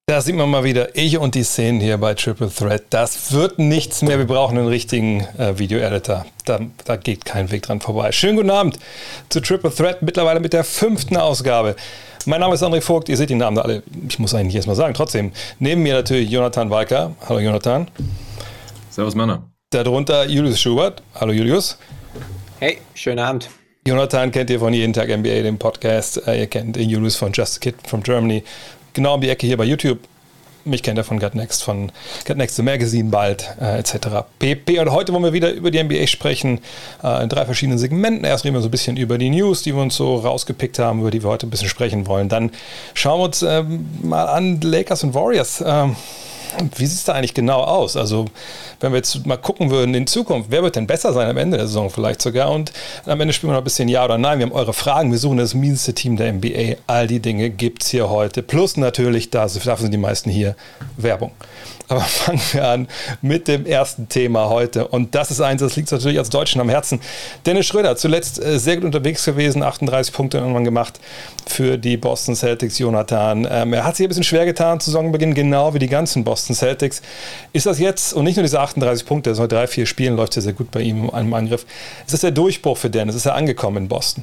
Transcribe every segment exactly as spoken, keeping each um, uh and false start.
Da sieht man mal wieder, ich und die Szenen hier bei Triple Threat. Das wird nichts mehr. Wir brauchen einen richtigen äh, Video-Editor. Da, da geht kein Weg dran vorbei. Schönen guten Abend zu Triple Threat, mittlerweile mit der fünften Ausgabe. Mein Name ist André Vogt, ihr seht die Namen alle. Ich muss eigentlich erst mal sagen, trotzdem. Neben mir natürlich Jonathan Walker. Hallo Jonathan. Servus Männer. Darunter Julius Schubert. Hallo Julius. Hey, schönen Abend. Jonathan kennt ihr von Jeden Tag N B A, dem Podcast. Ihr kennt Julius von Just a Kid from Germany. Genau um die Ecke hier bei YouTube. Mich kennt er von Gut Next, von Gut Next, The Magazine bald, äh, et cetera pp. Und heute wollen wir wieder über die N B A sprechen, äh, in drei verschiedenen Segmenten. Erst reden wir so ein bisschen über die News, die wir uns so rausgepickt haben, über die wir heute ein bisschen sprechen wollen. Dann schauen wir uns ähm, mal an Lakers und Warriors. Ähm, Wie sieht es da eigentlich genau aus? Also, wenn wir jetzt mal gucken würden in Zukunft, wer wird denn besser sein am Ende der Saison vielleicht sogar? Und am Ende spielen wir noch ein bisschen Ja oder Nein. Wir haben eure Fragen. Wir suchen das mieseste Team der N B A. All die Dinge gibt es hier heute. Plus natürlich, dafür sind die meisten hier, Werbung. Aber fangen wir an mit dem ersten Thema heute. Und das ist eins, das liegt natürlich als Deutschen am Herzen. Dennis Schröder, zuletzt sehr gut unterwegs gewesen, achtunddreißig Punkte irgendwann gemacht für die Boston Celtics, Jonathan. Ähm, er hat sich ein bisschen schwer getan zu Saisonbeginn, genau wie die ganzen Boston Celtics. Ist das jetzt, und nicht nur diese achtunddreißig Punkte, sondern drei, vier Spielen läuft ja sehr gut bei ihm im Angriff. Ist das der Durchbruch für Dennis? Ist er angekommen in Boston?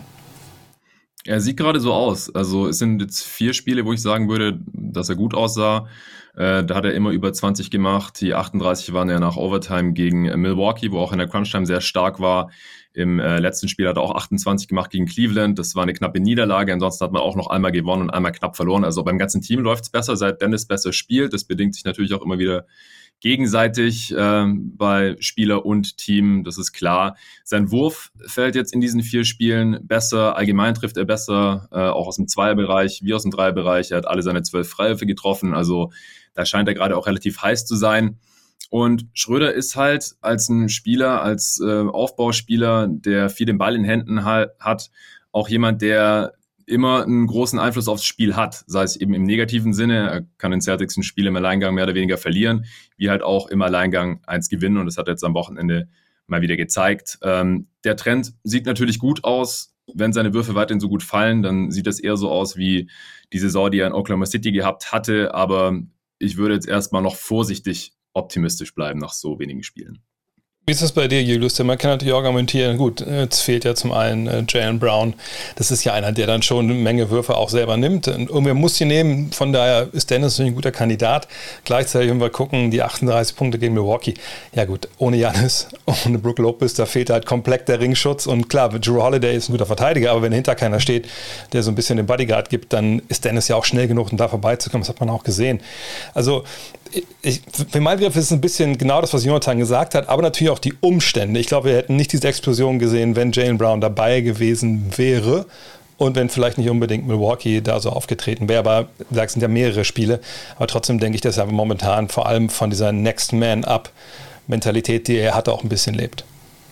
Er sieht gerade so aus. Also es sind jetzt vier Spiele, wo ich sagen würde, dass er gut aussah. Äh, da hat er immer über zwanzig gemacht. Die achtunddreißig waren ja nach Overtime gegen Milwaukee, wo auch in der Crunch-Time sehr stark war. Im äh, letzten Spiel hat er auch achtundzwanzig gemacht gegen Cleveland. Das war eine knappe Niederlage. Ansonsten hat man auch noch einmal gewonnen und einmal knapp verloren. Also beim ganzen Team läuft es besser, seit Dennis besser spielt. Das bedingt sich natürlich auch immer wieder gegenseitig äh, bei Spieler und Team, das ist klar. Sein Wurf fällt jetzt in diesen vier Spielen besser, allgemein trifft er besser, äh, auch aus dem Zweierbereich wie aus dem Dreierbereich. Er hat alle seine zwölf Freiwürfe getroffen, also da scheint er gerade auch relativ heiß zu sein. Und Schröder ist halt als ein Spieler, als äh, Aufbauspieler, der viel den Ball in Händen ha- hat, auch jemand, der immer einen großen Einfluss aufs Spiel hat, sei es eben im negativen Sinne, er kann in Celtics ein Spiel im Alleingang mehr oder weniger verlieren, wie halt auch im Alleingang eins gewinnen, und das hat er jetzt am Wochenende mal wieder gezeigt. Ähm, der Trend sieht natürlich gut aus, wenn seine Würfe weiterhin so gut fallen, dann sieht das eher so aus wie die Saison, die er in Oklahoma City gehabt hatte, aber ich würde jetzt erstmal noch vorsichtig optimistisch bleiben nach so wenigen Spielen. Wie ist das bei dir, Julius? Man kann natürlich argumentieren, gut, jetzt fehlt ja zum einen äh, Jaylen Brown. Das ist ja einer, der dann schon eine Menge Würfe auch selber nimmt. Und irgendwer muss sie nehmen, von daher ist Dennis ein guter Kandidat. Gleichzeitig, wenn wir gucken, die achtunddreißig Punkte gegen Milwaukee. Ja gut, ohne Giannis, ohne Brook Lopez, da fehlt halt komplett der Ringschutz. Und klar, Jrue Holiday ist ein guter Verteidiger, aber wenn dahinter keiner steht, der so ein bisschen den Bodyguard gibt, dann ist Dennis ja auch schnell genug, um da vorbeizukommen. Das hat man auch gesehen. Also Ich, für meinen Begriff ist es ein bisschen genau das, was Jonathan gesagt hat, aber natürlich auch die Umstände. Ich glaube, wir hätten nicht diese Explosion gesehen, wenn Jaylen Brown dabei gewesen wäre und wenn vielleicht nicht unbedingt Milwaukee da so aufgetreten wäre. Aber da sind ja mehrere Spiele. Aber trotzdem denke ich, dass er momentan vor allem von dieser Next-Man-Up-Mentalität, die er hatte, auch ein bisschen lebt.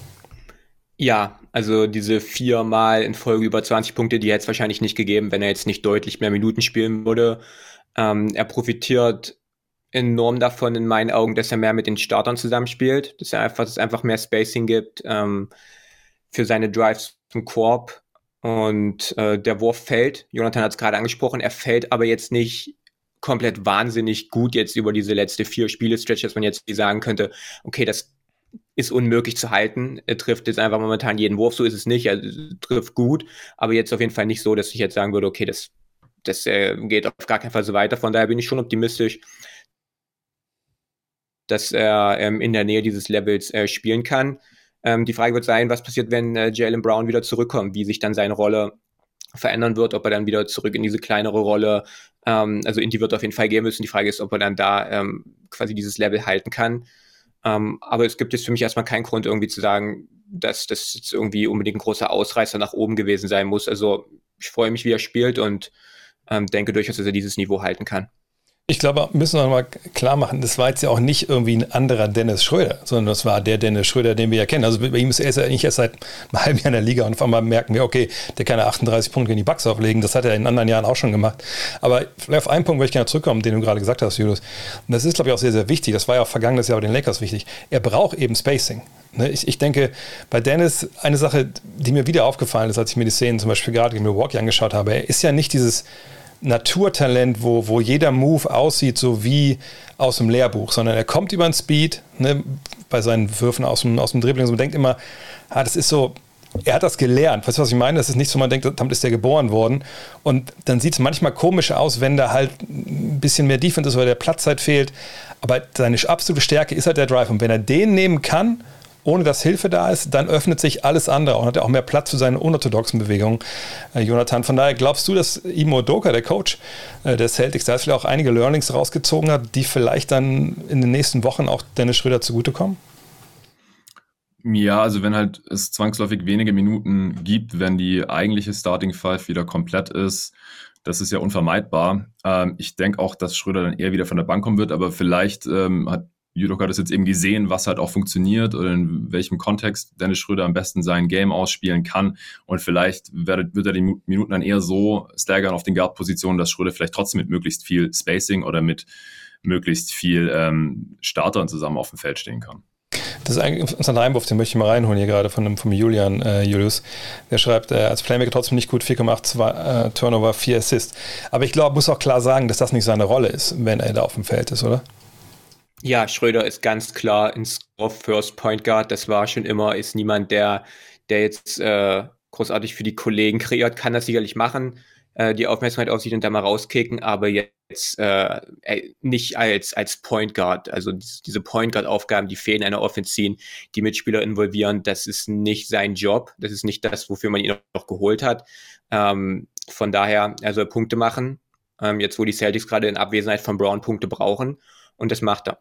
Ja, also diese viermal in Folge über zwanzig Punkte, die hätte es wahrscheinlich nicht gegeben, wenn er jetzt nicht deutlich mehr Minuten spielen würde. Ähm, er profitiert enorm davon in meinen Augen, dass er mehr mit den Startern zusammenspielt, dass er einfach, dass es einfach mehr Spacing gibt ähm, für seine Drives zum Korb, und äh, der Wurf fällt. Jonathan hat es gerade angesprochen, er fällt aber jetzt nicht komplett wahnsinnig gut jetzt über diese letzte vier Spiele-Stretch, dass man jetzt sagen könnte, okay, das ist unmöglich zu halten. Er trifft jetzt einfach momentan jeden Wurf, so ist es nicht, er trifft gut, aber jetzt auf jeden Fall nicht so, dass ich jetzt sagen würde, okay, das, das äh, geht auf gar keinen Fall so weiter. Von daher bin ich schon optimistisch, dass er ähm, in der Nähe dieses Levels äh, spielen kann. Ähm, die Frage wird sein, was passiert, wenn äh, Jaylen Brown wieder zurückkommt, wie sich dann seine Rolle verändern wird, ob er dann wieder zurück in diese kleinere Rolle, ähm, also in die wird er auf jeden Fall gehen müssen. Die Frage ist, ob er dann da ähm, quasi dieses Level halten kann. Ähm, aber es gibt jetzt für mich erstmal keinen Grund, irgendwie zu sagen, dass das jetzt irgendwie unbedingt ein großer Ausreißer nach oben gewesen sein muss. Also ich freue mich, wie er spielt, und ähm, denke durchaus, dass er dieses Niveau halten kann. Ich glaube, müssen wir mal klar machen, das war jetzt ja auch nicht irgendwie ein anderer Dennis Schröder, sondern das war der Dennis Schröder, den wir ja kennen. Also bei ihm ist er ja nicht erst seit einem halben Jahr in der Liga, und auf einmal merken wir, okay, der kann ja achtunddreißig Punkte in die Bucks auflegen. Das hat er in anderen Jahren auch schon gemacht. Aber vielleicht auf einen Punkt möchte ich gerne zurückkommen, den du gerade gesagt hast, Julius. Und das ist, glaube ich, auch sehr, sehr wichtig. Das war ja auch vergangenes Jahr bei den Lakers wichtig. Er braucht eben Spacing. Ich, ich denke, bei Dennis, eine Sache, die mir wieder aufgefallen ist, als ich mir die Szenen zum Beispiel gerade gegen Milwaukee angeschaut habe, er ist ja nicht dieses Naturtalent, wo, wo jeder Move aussieht, so wie aus dem Lehrbuch, sondern er kommt über den Speed, ne, bei seinen Würfen aus dem, aus dem Dribbling. So, man denkt immer, ah, das ist so, er hat das gelernt. Weißt du, was ich meine? Das ist nicht so, man denkt, damit ist der geboren worden. Und dann sieht es manchmal komisch aus, wenn da halt ein bisschen mehr Defense ist oder der Platzzeit fehlt. Aber seine absolute Stärke ist halt der Drive. Und wenn er den nehmen kann, ohne dass Hilfe da ist, dann öffnet sich alles andere und hat er auch mehr Platz für seine unorthodoxen Bewegungen, äh, Jonathan. Von daher glaubst du, dass Ime Udoka, der Coach äh, der Celtics, da vielleicht auch einige Learnings rausgezogen hat, die vielleicht dann in den nächsten Wochen auch Dennis Schröder zugutekommen? Ja, also wenn halt es zwangsläufig wenige Minuten gibt, wenn die eigentliche Starting Five wieder komplett ist, das ist ja unvermeidbar. Ähm, ich denke auch, dass Schröder dann eher wieder von der Bank kommen wird, aber vielleicht ähm, hat Udoka das jetzt eben gesehen, was halt auch funktioniert oder in welchem Kontext Dennis Schröder am besten sein Game ausspielen kann, und vielleicht wird, wird er die Minuten dann eher so staggern auf den Guard-Positionen, dass Schröder vielleicht trotzdem mit möglichst viel Spacing oder mit möglichst viel ähm, Startern zusammen auf dem Feld stehen kann. Das ist ein interessanter Einwurf, den möchte ich mal reinholen hier gerade von dem, vom Julian äh, Julius. Der schreibt, äh, als Playmaker trotzdem nicht gut, vier Komma acht äh, Turnover, vier Assists. Aber ich glaube, muss auch klar sagen, dass das nicht seine Rolle ist, wenn er da auf dem Feld ist, oder? Ja, Schröder ist ganz klar ein Score-First Point Guard. Das war schon immer, ist niemand, der, der jetzt äh, großartig für die Kollegen kreiert, kann das sicherlich machen, äh, die Aufmerksamkeit auf sich und da mal rauskicken, aber jetzt äh, nicht als, als Point Guard. Also diese Point Guard-Aufgaben, die fehlen einer Offensive, die Mitspieler involvieren, das ist nicht sein Job. Das ist nicht das, wofür man ihn noch geholt hat. Ähm, von daher, er soll Punkte machen, ähm, jetzt wo die Celtics gerade in Abwesenheit von Brown Punkte brauchen, und das macht er.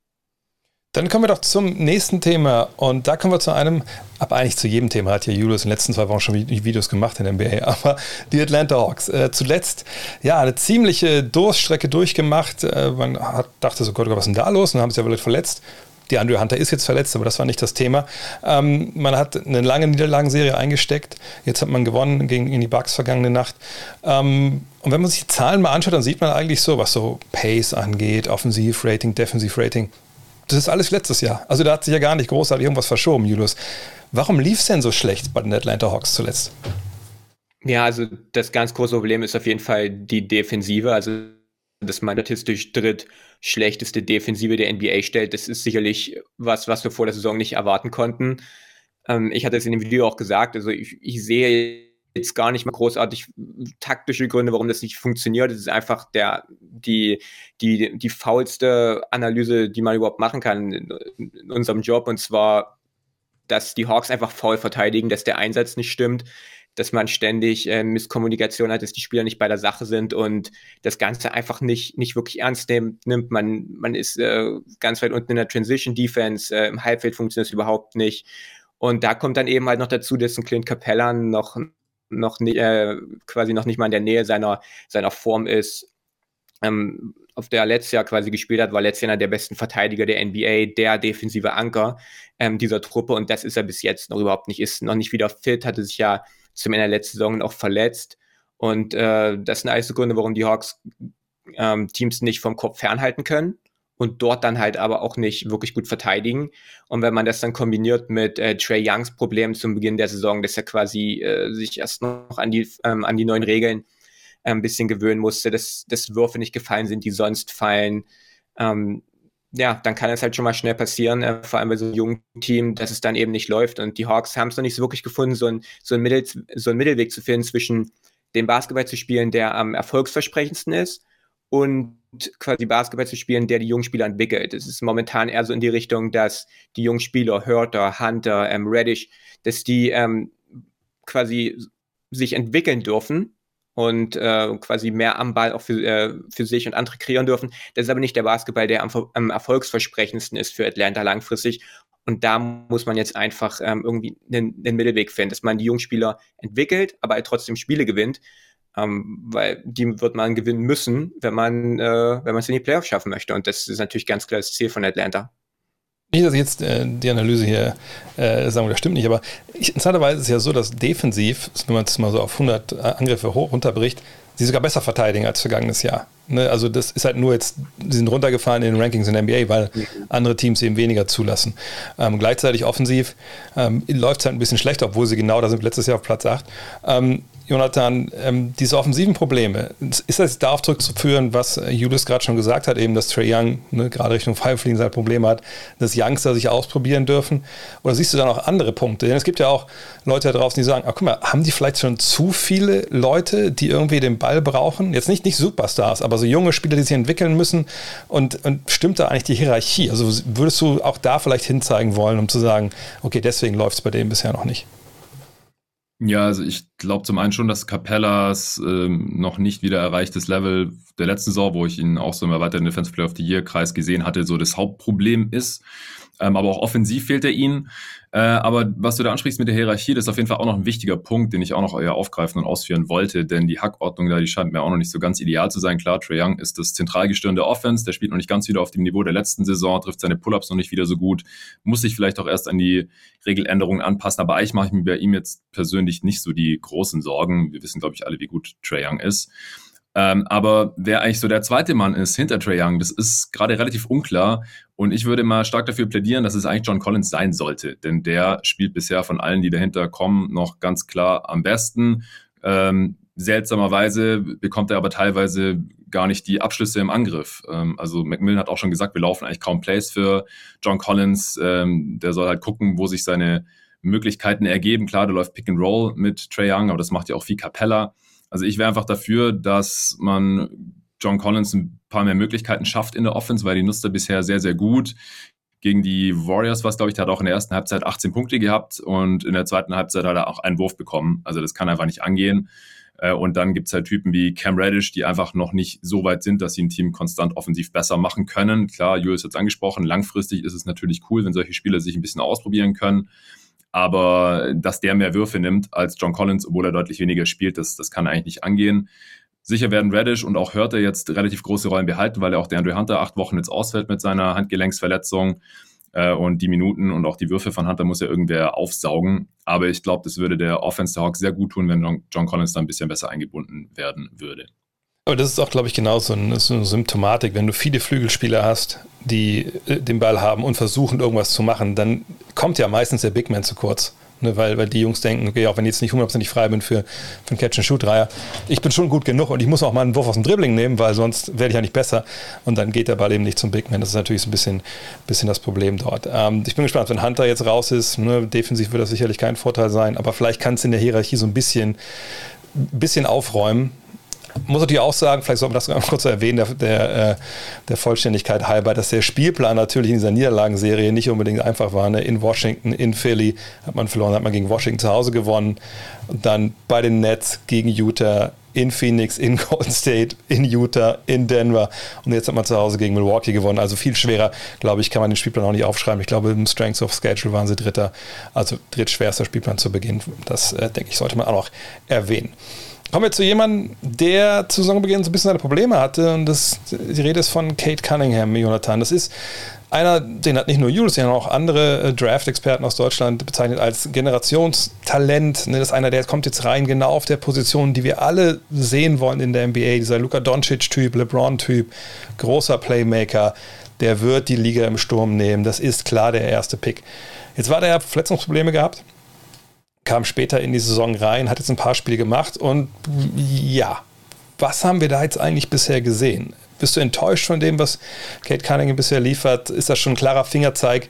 Dann kommen wir doch zum nächsten Thema, und da kommen wir zu einem, aber eigentlich zu jedem Thema hat ja Julius in den letzten zwei Wochen schon Videos gemacht in der N B A, aber die Atlanta Hawks. Äh, zuletzt, ja, eine ziemliche Durststrecke durchgemacht. Äh, man hat, dachte so, Gott, was ist denn da los? Und dann haben sie ja wirklich verletzt. Die Andre Hunter ist jetzt verletzt, aber das war nicht das Thema. Ähm, man hat eine lange Niederlagenserie eingesteckt. Jetzt hat man gewonnen gegen die Bucks vergangene Nacht. Ähm, und wenn man sich die Zahlen mal anschaut, dann sieht man eigentlich so, was so Pace angeht, Offensivrating, Defensivrating. Das ist alles letztes Jahr. Also da hat sich ja gar nicht großartig irgendwas verschoben, Julius. Warum lief es denn so schlecht bei den Atlanta Hawks zuletzt? Ja, also das ganz große Problem ist auf jeden Fall die Defensive. Also dass man statistisch dritt schlechteste Defensive der N B A stellt, das ist sicherlich was, was wir vor der Saison nicht erwarten konnten. Ähm, ich hatte es in dem Video auch gesagt, also ich, ich sehe jetzt gar nicht mal großartig taktische Gründe, warum das nicht funktioniert. Es ist einfach der, die, die, die faulste Analyse, die man überhaupt machen kann in, in unserem Job, und zwar, dass die Hawks einfach faul verteidigen, dass der Einsatz nicht stimmt, dass man ständig äh, Misskommunikation hat, dass die Spieler nicht bei der Sache sind und das Ganze einfach nicht, nicht wirklich ernst nimmt. nimmt. Man, man ist äh, ganz weit unten in der Transition-Defense, äh, im Halbfeld funktioniert es überhaupt nicht. Und da kommt dann eben halt noch dazu, dass ein Clint Capella noch noch nicht, äh, quasi noch nicht mal in der Nähe seiner, seiner Form ist, ähm, auf der er letztes Jahr quasi gespielt hat, war letztes Jahr einer der besten Verteidiger der N B A, der defensive Anker ähm, dieser Truppe, und das ist er bis jetzt noch überhaupt nicht, ist noch nicht wieder fit, hatte sich ja zum Ende der letzten Saison auch verletzt, und äh, das sind alles so Gründe, warum die Hawks ähm, Teams nicht vom Kopf fernhalten können und dort dann halt aber auch nicht wirklich gut verteidigen. Und wenn man das dann kombiniert mit äh, Trae Youngs Problem zum Beginn der Saison, dass er quasi äh, sich erst noch an die, ähm, an die neuen Regeln äh, ein bisschen gewöhnen musste, dass, dass Würfe nicht gefallen sind, die sonst fallen, ähm, ja, dann kann es halt schon mal schnell passieren, äh, vor allem bei so einem jungen Team, dass es dann eben nicht läuft. Und die Hawks haben es noch nicht so wirklich gefunden, so, ein, so, ein Mittel, so einen Mittelweg zu finden zwischen dem Basketball zu spielen, der am erfolgsversprechendsten ist, und quasi Basketball zu spielen, der die jungen Spieler entwickelt. Es ist momentan eher so in die Richtung, dass die jungen Spieler, Hurter, Hunter, ähm, Reddish, dass die ähm, quasi sich entwickeln dürfen und äh, quasi mehr am Ball auch für, äh, für sich und andere kreieren dürfen. Das ist aber nicht der Basketball, der am, am erfolgsversprechendsten ist für Atlanta langfristig. Und da muss man jetzt einfach ähm, irgendwie einen, einen Mittelweg finden, dass man die jungen Spieler entwickelt, aber halt trotzdem Spiele gewinnt. Um, weil die wird man gewinnen müssen, wenn man äh, wenn man es in die Playoffs schaffen möchte. Und das ist natürlich ganz klar das Ziel von Atlanta. Nicht, dass ich jetzt äh, die Analyse hier äh, sagen, das stimmt nicht, aber ich, interessanterweise ist es ja so, dass defensiv, wenn man es mal so auf hundert Angriffe hoch runterbricht, sie sogar besser verteidigen als vergangenes Jahr. Ne? Also das ist halt nur jetzt, sie sind runtergefallen in den Rankings in der N B A, weil mhm. andere Teams eben weniger zulassen. Ähm, gleichzeitig offensiv ähm, läuft es halt ein bisschen schlechter, obwohl sie genau, da sind letztes Jahr auf Platz acht. Ähm, Jonathan, ähm, diese offensiven Probleme, ist das darauf zurückzuführen, was äh, Julius gerade schon gesagt hat, eben, dass Trae Young ne, gerade Richtung Pfeilfliegen seine Probleme hat, dass Youngster sich ausprobieren dürfen? Oder siehst du da noch andere Punkte? Denn es gibt ja auch Leute da draußen, die sagen, ah, guck mal, haben die vielleicht schon zu viele Leute, die irgendwie den Ball brauchen? Jetzt nicht, nicht Superstars, aber so junge Spieler, die sich entwickeln müssen. Und, und stimmt da eigentlich die Hierarchie? Also würdest du auch da vielleicht hinzeigen wollen, um zu sagen, okay, deswegen läuft es bei denen bisher noch nicht? Ja, also ich glaube zum einen schon, dass Capellas ähm, noch nicht wieder erreichtes Level der letzten Saison, wo ich ihn auch so im erweiterten Defensive Player of the Year Kreis gesehen hatte, so das Hauptproblem ist. Ähm, aber auch offensiv fehlt er ihnen. Äh, aber was du da ansprichst mit der Hierarchie, das ist auf jeden Fall auch noch ein wichtiger Punkt, den ich auch noch eher aufgreifen und ausführen wollte, denn die Hackordnung da, die scheint mir auch noch nicht so ganz ideal zu sein. Klar, Trae Young ist das Zentralgestirn der Offense, der spielt noch nicht ganz wieder auf dem Niveau der letzten Saison, trifft seine Pull-Ups noch nicht wieder so gut, muss sich vielleicht auch erst an die Regeländerungen anpassen, aber eigentlich mache ich mir bei ihm jetzt persönlich nicht so die großen Sorgen. Wir wissen, glaube ich, alle, wie gut Trae Young ist. Ähm, aber wer eigentlich so der zweite Mann ist hinter Trae Young, das ist gerade relativ unklar. Und ich würde mal stark dafür plädieren, dass es eigentlich John Collins sein sollte. Denn der spielt bisher von allen, die dahinter kommen, noch ganz klar am besten. Ähm, seltsamerweise bekommt er aber teilweise gar nicht die Abschlüsse im Angriff. Ähm, also McMillan hat auch schon gesagt, wir laufen eigentlich kaum Plays für John Collins. Ähm, der soll halt gucken, wo sich seine Möglichkeiten ergeben. Klar, der läuft Pick and Roll mit Trae Young, aber das macht ja auch viel Capella. Also ich wäre einfach dafür, dass man John Collins ein paar mehr Möglichkeiten schafft in der Offense, weil die nutzt er bisher sehr, sehr gut. Gegen die Warriors war es, glaube ich, der hat auch in der ersten Halbzeit achtzehn Punkte gehabt und in der zweiten Halbzeit hat er auch einen Wurf bekommen. Also das kann einfach nicht angehen. Und dann gibt es halt Typen wie Cam Reddish, die einfach noch nicht so weit sind, dass sie ein Team konstant offensiv besser machen können. Klar, Julius hat es angesprochen, langfristig ist es natürlich cool, wenn solche Spieler sich ein bisschen ausprobieren können. Aber dass der mehr Würfe nimmt als John Collins, obwohl er deutlich weniger spielt, das, das kann eigentlich nicht angehen. Sicher werden Reddish und auch Hörter jetzt relativ große Rollen behalten, weil er auch der Andrew Hunter acht Wochen jetzt ausfällt mit seiner Handgelenksverletzung. Äh, und die Minuten und auch die Würfe von Hunter muss ja irgendwer aufsaugen. Aber ich glaube, das würde der Offense der Hawks sehr gut tun, wenn John, John Collins da ein bisschen besser eingebunden werden würde. Aber das ist auch, glaube ich, genau so eine, so eine Symptomatik. Wenn du viele Flügelspieler hast, die äh, den Ball haben und versuchen, irgendwas zu machen, dann kommt ja meistens der Big Man zu kurz. Ne? Weil, weil die Jungs denken, okay, auch wenn ich jetzt nicht hundertprozentig frei bin für, für einen Catch-and-Shoot-Dreier, ich bin schon gut genug und ich muss auch mal einen Wurf aus dem Dribbling nehmen, weil sonst werde ich ja nicht besser. Und dann geht der Ball eben nicht zum Big Man. Das ist natürlich so ein bisschen, bisschen das Problem dort. Ähm, ich bin gespannt, wenn Hunter jetzt raus ist. Ne? Defensiv wird das sicherlich kein Vorteil sein, aber vielleicht kann es in der Hierarchie so ein bisschen, bisschen aufräumen. Muss natürlich auch sagen, vielleicht sollte man das ganz kurz erwähnen, der, der, der Vollständigkeit halber, dass der Spielplan natürlich in dieser Niederlagenserie nicht unbedingt einfach war. Ne? In Washington, in Philly hat man verloren, hat man gegen Washington zu Hause gewonnen. Und dann bei den Nets gegen Utah, in Phoenix, in Golden State, in Utah, in Denver. Und jetzt hat man zu Hause gegen Milwaukee gewonnen. Also viel schwerer, glaube ich, kann man den Spielplan auch nicht aufschreiben. Ich glaube, im Strength of Schedule waren sie Dritter, also drittschwerster Spielplan zu Beginn. Das, äh, denke ich, sollte man auch noch erwähnen. Kommen wir zu jemandem, der zu Saisonbeginn so ein bisschen seine Probleme hatte. Und das, die Rede ist von Cade Cunningham, Jonathan. Das ist einer, den hat nicht nur Julius, sondern auch andere Draft-Experten aus Deutschland bezeichnet als Generationstalent. Das ist einer, der kommt jetzt rein, genau auf der Position, die wir alle sehen wollen in der N B A. Dieser Luka Doncic-Typ, LeBron-Typ, großer Playmaker. Der wird die Liga im Sturm nehmen. Das ist klar der erste Pick. Jetzt war der Verletzungsprobleme gehabt. Kam später in die Saison rein, hat jetzt ein paar Spiele gemacht und ja, was haben wir da jetzt eigentlich bisher gesehen? Bist du enttäuscht von dem, was Cade Cunningham bisher liefert? Ist das schon ein klarer Fingerzeig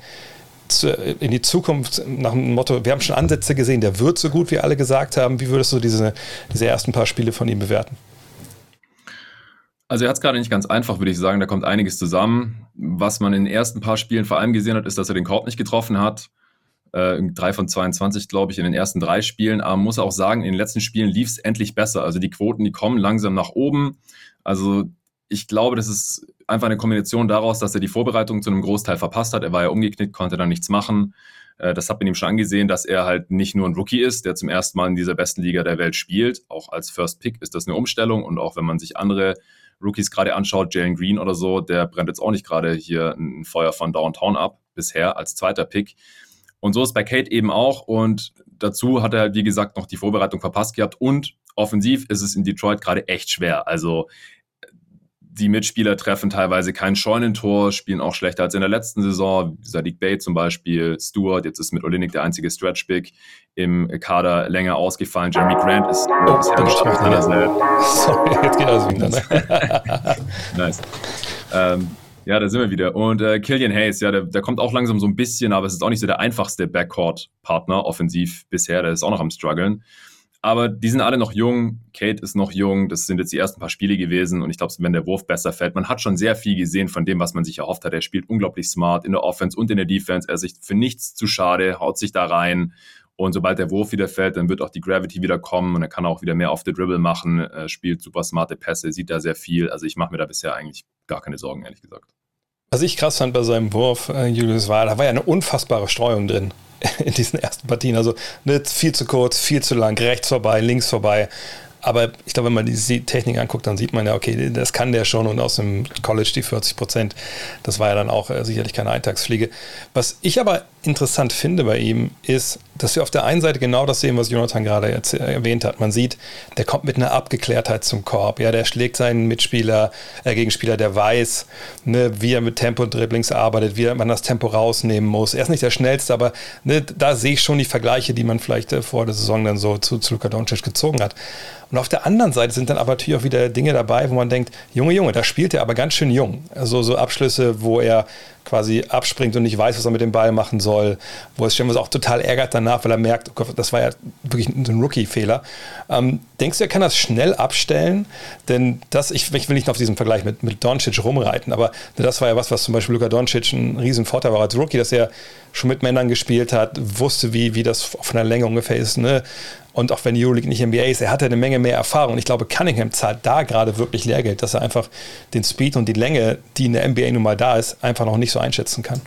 in die Zukunft nach dem Motto, wir haben schon Ansätze gesehen, der wird so gut, wie alle gesagt haben. Wie würdest du diese, diese ersten paar Spiele von ihm bewerten? Also er hat es gerade nicht ganz einfach, würde ich sagen. Da kommt einiges zusammen. Was man in den ersten paar Spielen vor allem gesehen hat, ist, dass er den Korb nicht getroffen hat. drei von zweiundzwanzig, glaube ich, in den ersten drei Spielen. Aber man muss auch sagen, in den letzten Spielen lief es endlich besser. Also die Quoten, die kommen langsam nach oben. Also ich glaube, das ist einfach eine Kombination daraus, dass er die Vorbereitung zu einem Großteil verpasst hat. Er war ja umgeknickt, konnte dann nichts machen. Das hat man ihm schon angesehen, dass er halt nicht nur ein Rookie ist, der zum ersten Mal in dieser besten Liga der Welt spielt. Auch als First Pick ist das eine Umstellung. Und auch wenn man sich andere Rookies gerade anschaut, Jalen Green oder so, der brennt jetzt auch nicht gerade hier ein Feuer von Downtown ab, bisher als zweiter Pick. Und so ist bei Cade eben auch. Und dazu hat er halt, wie gesagt, noch die Vorbereitung verpasst gehabt. Und offensiv ist es in Detroit gerade echt schwer. Also die Mitspieler treffen teilweise kein Scheunentor, spielen auch schlechter als in der letzten Saison. Sadiq Bey zum Beispiel, Stewart, jetzt ist mit Olynyk der einzige Stretch-Big im Kader länger ausgefallen. Jeremy Grant ist oh, bisher ein Schatten seiner selbst. Sorry, jetzt geht alles wieder. Nice. Ähm, ja, da sind wir wieder. Und äh, Killian Hayes, ja, der, der kommt auch langsam so ein bisschen, aber es ist auch nicht so der einfachste Backcourt-Partner offensiv bisher. Der ist auch noch am struggeln. Aber die sind alle noch jung. Kate ist noch jung. Das sind jetzt die ersten paar Spiele gewesen. Und ich glaube, wenn der Wurf besser fällt, man hat schon sehr viel gesehen von dem, was man sich erhofft hat. Er spielt unglaublich smart in der Offense und in der Defense. Er ist sich für nichts zu schade, haut sich da rein. Und sobald der Wurf wieder fällt, dann wird auch die Gravity wieder kommen. Und er kann auch wieder mehr off the dribble machen. Er spielt super smarte Pässe, sieht da sehr viel. Also ich mache mir da bisher eigentlich gar keine Sorgen, ehrlich gesagt. Was ich krass fand bei seinem Wurf, äh, Julius, war, da war ja eine unfassbare Streuung drin in diesen ersten Partien. Also nicht viel zu kurz, viel zu lang, rechts vorbei, links vorbei. Aber ich glaube, wenn man die Technik anguckt, dann sieht man ja, okay, das kann der schon und aus dem College die vierzig Prozent, das war ja dann auch äh, sicherlich keine Eintagsfliege. Was ich aber interessant finde bei ihm, ist, dass wir auf der einen Seite genau das sehen, was Jonathan gerade jetzt erwähnt hat. Man sieht, der kommt mit einer Abgeklärtheit zum Korb. Ja, der schlägt seinen Mitspieler, äh, Gegenspieler, der weiß, ne, wie er mit Tempo-Dribblings arbeitet, wie man das Tempo rausnehmen muss. Er ist nicht der Schnellste, aber ne, da sehe ich schon die Vergleiche, die man vielleicht äh, vor der Saison dann so zu, zu Luka Doncic gezogen hat. Und auf der anderen Seite sind dann aber natürlich auch wieder Dinge dabei, wo man denkt, Junge, Junge, da spielt er aber ganz schön jung. Also so Abschlüsse, wo er quasi abspringt und nicht weiß, was er mit dem Ball machen soll, wo es stellenweise auch total ärgert danach, weil er merkt, oh Gott, das war ja wirklich ein Rookie-Fehler. Ähm, denkst du, er kann das schnell abstellen? Denn das, ich, ich will nicht auf diesen Vergleich mit, mit Doncic rumreiten, aber das war ja was, was zum Beispiel Luka Doncic ein riesen Vorteil war als Rookie, dass er schon mit Männern gespielt hat, wusste, wie, wie das von der Länge ungefähr ist, ne? Und auch wenn Euroleague nicht N B A ist, er hatte eine Menge mehr Erfahrung. Und ich glaube, Cunningham zahlt da gerade wirklich Lehrgeld, dass er einfach den Speed und die Länge, die in der N B A nun mal da ist, einfach noch nicht so einschätzen kann.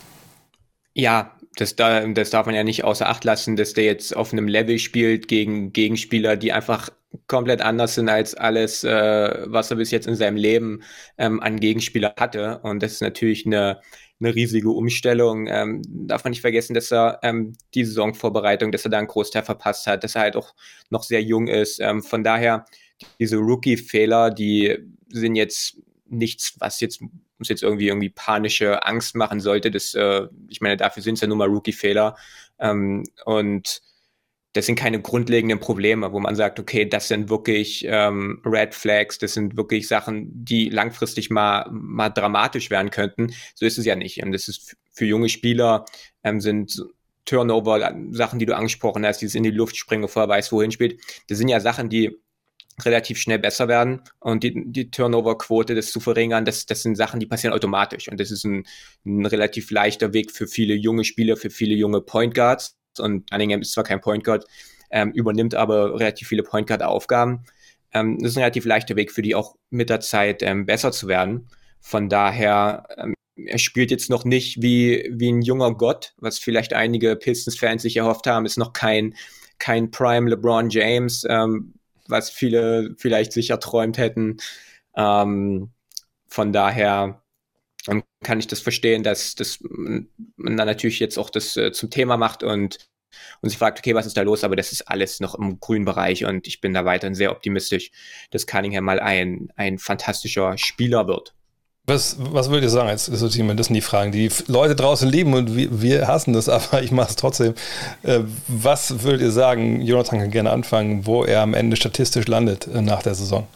Ja, das, da, das darf man ja nicht außer Acht lassen, dass der jetzt auf einem Level spielt gegen Gegenspieler, die einfach komplett anders sind als alles, äh, was er bis jetzt in seinem Leben ähm, an Gegenspieler hatte. Und das ist natürlich eine eine riesige Umstellung. Ähm, darf man nicht vergessen, dass er ähm, die Saisonvorbereitung, dass er da einen Großteil verpasst hat, dass er halt auch noch sehr jung ist. Ähm, von daher, diese Rookie-Fehler, die sind jetzt nichts, was jetzt uns jetzt irgendwie irgendwie panische Angst machen sollte. Das, äh, ich meine, dafür sind es ja nun mal Rookie-Fehler. Ähm, und das sind keine grundlegenden Probleme, wo man sagt, okay, das sind wirklich ähm, Red Flags, das sind wirklich Sachen, die langfristig mal, mal dramatisch werden könnten. So ist es ja nicht. Und das ist für junge Spieler, ähm, sind Turnover, Sachen, die du angesprochen hast, dieses in die Luft springen, bevor er weiß, wohin spielt. Das sind ja Sachen, die relativ schnell besser werden. Und die, die Turnover-Quote, das zu verringern, das, das sind Sachen, die passieren automatisch. Und das ist ein, ein relativ leichter Weg für viele junge Spieler, für viele junge Point Guards. Und Cunningham ist zwar kein Point Guard, ähm, übernimmt aber relativ viele Point Guard Aufgaben. Ähm, das ist ein relativ leichter Weg für die auch mit der Zeit ähm, besser zu werden. Von daher, ähm, er spielt jetzt noch nicht wie, wie ein junger Gott, was vielleicht einige Pistons-Fans sich erhofft haben, ist noch kein, kein Prime LeBron James, ähm, was viele vielleicht sich erträumt hätten. Ähm, von daher ähm, kann ich das verstehen, dass, dass man dann natürlich jetzt auch das äh, zum Thema macht und, und sich fragt, okay, was ist da los? Aber das ist alles noch im grünen Bereich und ich bin da weiterhin sehr optimistisch, dass Cunningham mal ein, ein fantastischer Spieler wird. Was, was würdet ihr sagen als so Team? Das sind die Fragen, die Leute draußen lieben und wir, wir hassen das, aber ich mache es trotzdem. Äh, was würdet ihr sagen, Jonathan kann gerne anfangen, wo er am Ende statistisch landet äh, nach der Saison?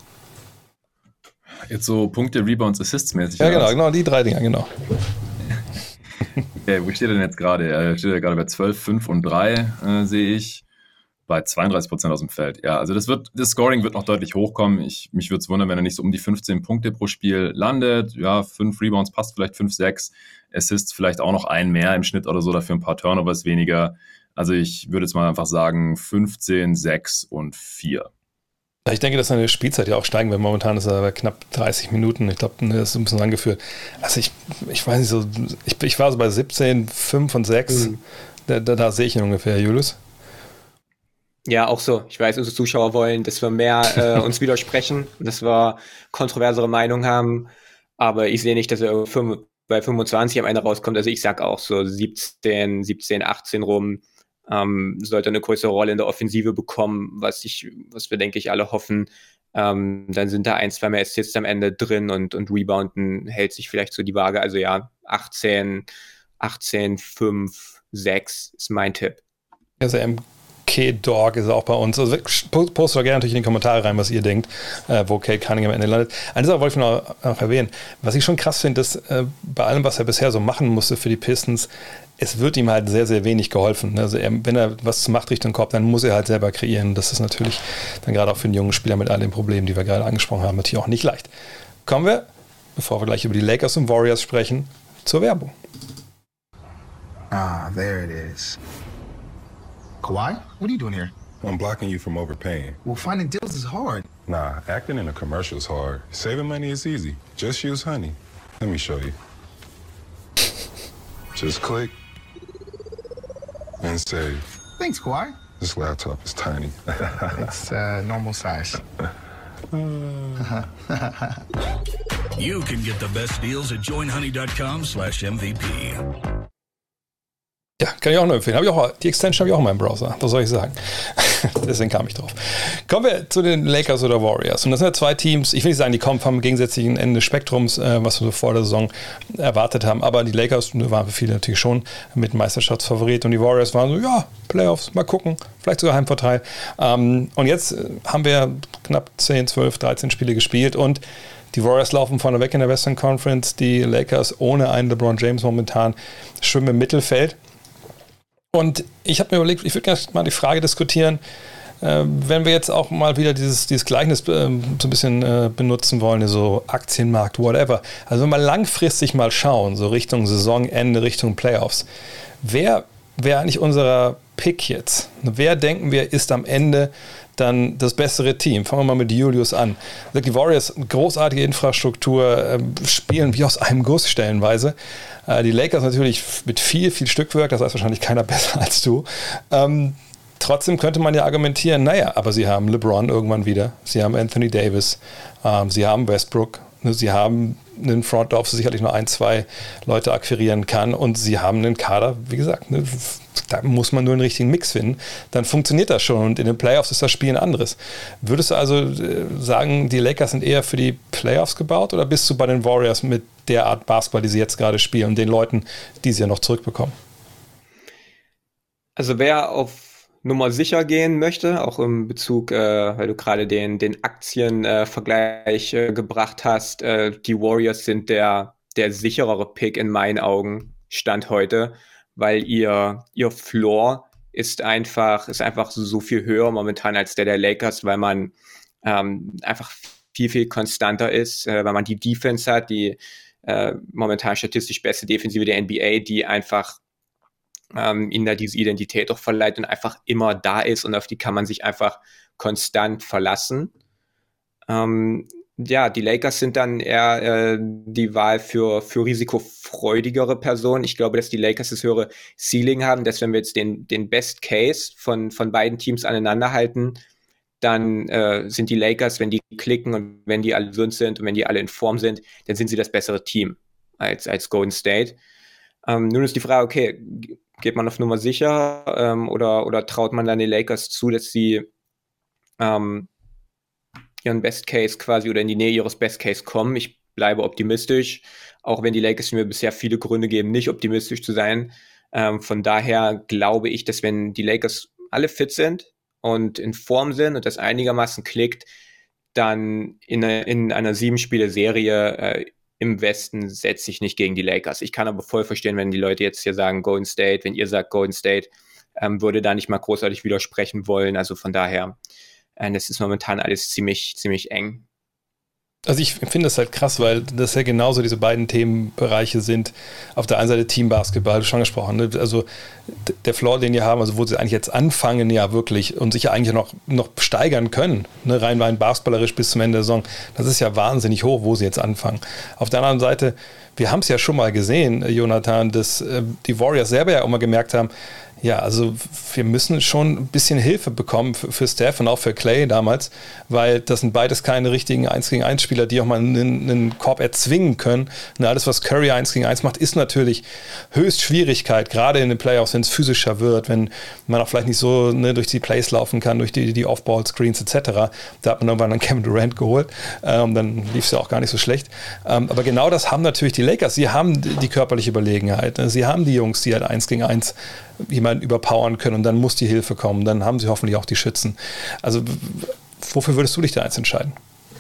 Jetzt so Punkte, Rebounds, Assists mäßig. Ja, genau, genau, die drei Dinger, genau. Okay, wo steht er denn jetzt gerade? Er steht ja gerade bei zwölf, fünf und drei, äh, sehe ich. Bei zweiunddreißig Prozent aus dem Feld. Ja, also das wird, das Scoring wird noch deutlich hochkommen. Ich, mich würde es wundern, wenn er nicht so um die fünfzehn Punkte pro Spiel landet. Ja, fünf Rebounds passt vielleicht, fünf, sechs. Assists vielleicht auch noch ein mehr im Schnitt oder so, dafür ein paar Turnovers weniger. Also ich würde jetzt mal einfach sagen fünfzehn, sechs und vier. Ich denke, dass seine Spielzeit ja auch steigen wird. Momentan ist er bei knapp dreißig Minuten. Ich glaube, das ist ein bisschen angeführt. Also ich, ich weiß nicht so, ich, ich war so bei siebzehn, fünf und sechs. Mhm. Da, da, da sehe ich ihn ungefähr, Julius. Ja, auch so. Ich weiß, unsere Zuschauer wollen, dass wir mehr äh, uns widersprechen, dass wir kontroversere Meinungen haben. Aber ich sehe nicht, dass er bei fünfundzwanzig am Ende rauskommt. Also ich sag auch so siebzehn, siebzehn, achtzehn rum. Ähm, sollte eine größere Rolle in der Offensive bekommen, was ich, was wir, denke ich, alle hoffen. Ähm, dann sind da ein, zwei mehr Assists am Ende drin und, und Rebounden hält sich vielleicht so die Waage. Also ja, achtzehn, achtzehn, fünf, sechs ist mein Tipp. Also M K Dog ist auch bei uns. Also postet doch gerne natürlich in die Kommentare rein, was ihr denkt, äh, wo Cade Cunningham am Ende landet. Eine Sache wollte ich noch, noch erwähnen. Was ich schon krass finde, ist, äh, bei allem, was er bisher so machen musste für die Pistons, es wird ihm halt sehr, sehr wenig geholfen. Also er, wenn er was macht Richtung Korb, dann muss er halt selber kreieren. Das ist natürlich dann gerade auch für einen jungen Spieler mit all den Problemen, die wir gerade angesprochen haben, natürlich auch nicht leicht. Kommen wir, bevor wir gleich über die Lakers und Warriors sprechen, zur Werbung. Ah, there it is. Kawhi, what are you doing here? I'm blocking you from overpaying. Well, finding deals is hard. Nah, acting in a commercial is hard. Saving money is easy. Just use Honey. Let me show you. Just click and save. Thanks, Kawhi. This laptop is tiny. It's uh, normal size. You can get the best deals at joinhoney.com slash MVP. Ja, kann ich auch nur empfehlen. Hab ich auch, die Extension habe ich auch in meinem Browser. Was soll ich sagen? Deswegen kam ich drauf. Kommen wir zu den Lakers oder Warriors. Und das sind ja zwei Teams, ich will nicht sagen, die kommen vom gegensätzlichen Ende des Spektrums, äh, was wir so vor der Saison erwartet haben. Aber die Lakers waren für viele natürlich schon mit Meisterschaftsfavorit. Und die Warriors waren so, ja, Playoffs, mal gucken. Vielleicht sogar Heimvorteil. Ähm, und jetzt haben wir knapp zehn, zwölf, dreizehn Spiele gespielt. Und die Warriors laufen vorne weg in der Western Conference. Die Lakers ohne einen LeBron James momentan schwimmen im Mittelfeld. Und ich habe mir überlegt, ich würde gerne mal die Frage diskutieren, äh, wenn wir jetzt auch mal wieder dieses, dieses Gleichnis äh, so ein bisschen äh, benutzen wollen, so Aktienmarkt, whatever. Also wenn wir langfristig mal schauen, so Richtung Saisonende, Richtung Playoffs, wer wäre eigentlich unser Pick jetzt? Wer, denken wir, ist am Ende dann das bessere Team? Fangen wir mal mit Julius an. Die Warriors, großartige Infrastruktur, äh, spielen wie aus einem Guss stellenweise. Äh, die Lakers natürlich mit viel, viel Stückwerk, das heißt wahrscheinlich keiner besser als du. Ähm, trotzdem könnte man ja argumentieren, naja, aber sie haben LeBron irgendwann wieder, sie haben Anthony Davis, ähm, sie haben Westbrook, ne, sie haben einen Front Office sicherlich nur ein, zwei Leute akquirieren kann und sie haben einen Kader, wie gesagt, ne, da muss man nur einen richtigen Mix finden, dann funktioniert das schon und in den Playoffs ist das Spiel ein anderes. Würdest du also äh, sagen, die Lakers sind eher für die Playoffs gebaut oder bist du bei den Warriors mit der Art Basketball, die sie jetzt gerade spielen und den Leuten, die sie ja noch zurückbekommen? Also wer auf Nummer sicher gehen möchte, auch im Bezug, äh, weil du gerade den, den Aktienvergleich äh, äh, gebracht hast, äh, die Warriors sind der, der sicherere Pick in meinen Augen, Stand heute, weil ihr, ihr Floor ist einfach, ist einfach so viel höher momentan als der der Lakers, weil man ähm, einfach viel, viel konstanter ist, äh, weil man die Defense hat, die äh, momentan statistisch beste Defensive der N B A, die einfach ähm, ihnen da diese Identität auch verleiht und einfach immer da ist und auf die kann man sich einfach konstant verlassen. Ähm, ja, die Lakers sind dann eher äh, die Wahl für, für risikofreudigere Personen. Ich glaube, dass die Lakers das höhere Ceiling haben, dass wenn wir jetzt den, den Best Case von, von beiden Teams aneinander halten, dann äh, sind die Lakers, wenn die klicken und wenn die alle gesund sind und wenn die alle in Form sind, dann sind sie das bessere Team als, als Golden State. Ähm, nun ist die Frage, okay, geht man auf Nummer sicher ähm, oder, oder traut man dann den Lakers zu, dass sie ähm, ihren Best Case quasi oder in die Nähe ihres Best Case kommen? Ich bleibe optimistisch, auch wenn die Lakers mir bisher viele Gründe geben, nicht optimistisch zu sein. Ähm, von daher glaube ich, dass wenn die Lakers alle fit sind und in Form sind und das einigermaßen klickt, dann in, eine, in einer sieben-Spiele-Serie äh, im Westen setze ich nicht gegen die Lakers. Ich kann aber voll verstehen, wenn die Leute jetzt hier sagen Golden State, wenn ihr sagt Golden State, ähm, würde da nicht mal großartig widersprechen wollen. Also von daher, äh, das ist momentan alles ziemlich, ziemlich eng. Also ich finde das halt krass, weil das ja genauso diese beiden Themenbereiche sind. Auf der einen Seite Teambasketball, du hast schon gesprochen, ne? Also der Floor, den die haben, also wo sie eigentlich jetzt anfangen, ja wirklich und sich ja eigentlich noch, noch steigern können, ne? Rein rein basketballerisch bis zum Ende der Saison, das ist ja wahnsinnig hoch, wo sie jetzt anfangen. Auf der anderen Seite, wir haben es ja schon mal gesehen, Jonathan, dass äh, die Warriors selber ja auch mal gemerkt haben, Ja, also wir müssen schon ein bisschen Hilfe bekommen für, für Steph und auch für Clay damals, weil das sind beides keine richtigen eins gegen eins Spieler, die auch mal einen, einen Korb erzwingen können. Und alles, was Curry eins gegen eins macht, ist natürlich höchst Schwierigkeit, gerade in den Playoffs, wenn es physischer wird, wenn man auch vielleicht nicht so ne, durch die Plays laufen kann, durch die, die Off-Ball-Screens et cetera. Da hat man irgendwann dann Kevin Durant geholt, ähm, dann lief es ja auch gar nicht so schlecht. Ähm, aber genau das haben natürlich die Lakers. Sie haben die körperliche Überlegenheit. Sie haben die Jungs, die halt eins gegen eins jemanden überpowern können und dann muss die Hilfe kommen. Dann haben sie hoffentlich auch die Schützen. Also wofür würdest du dich da jetzt entscheiden?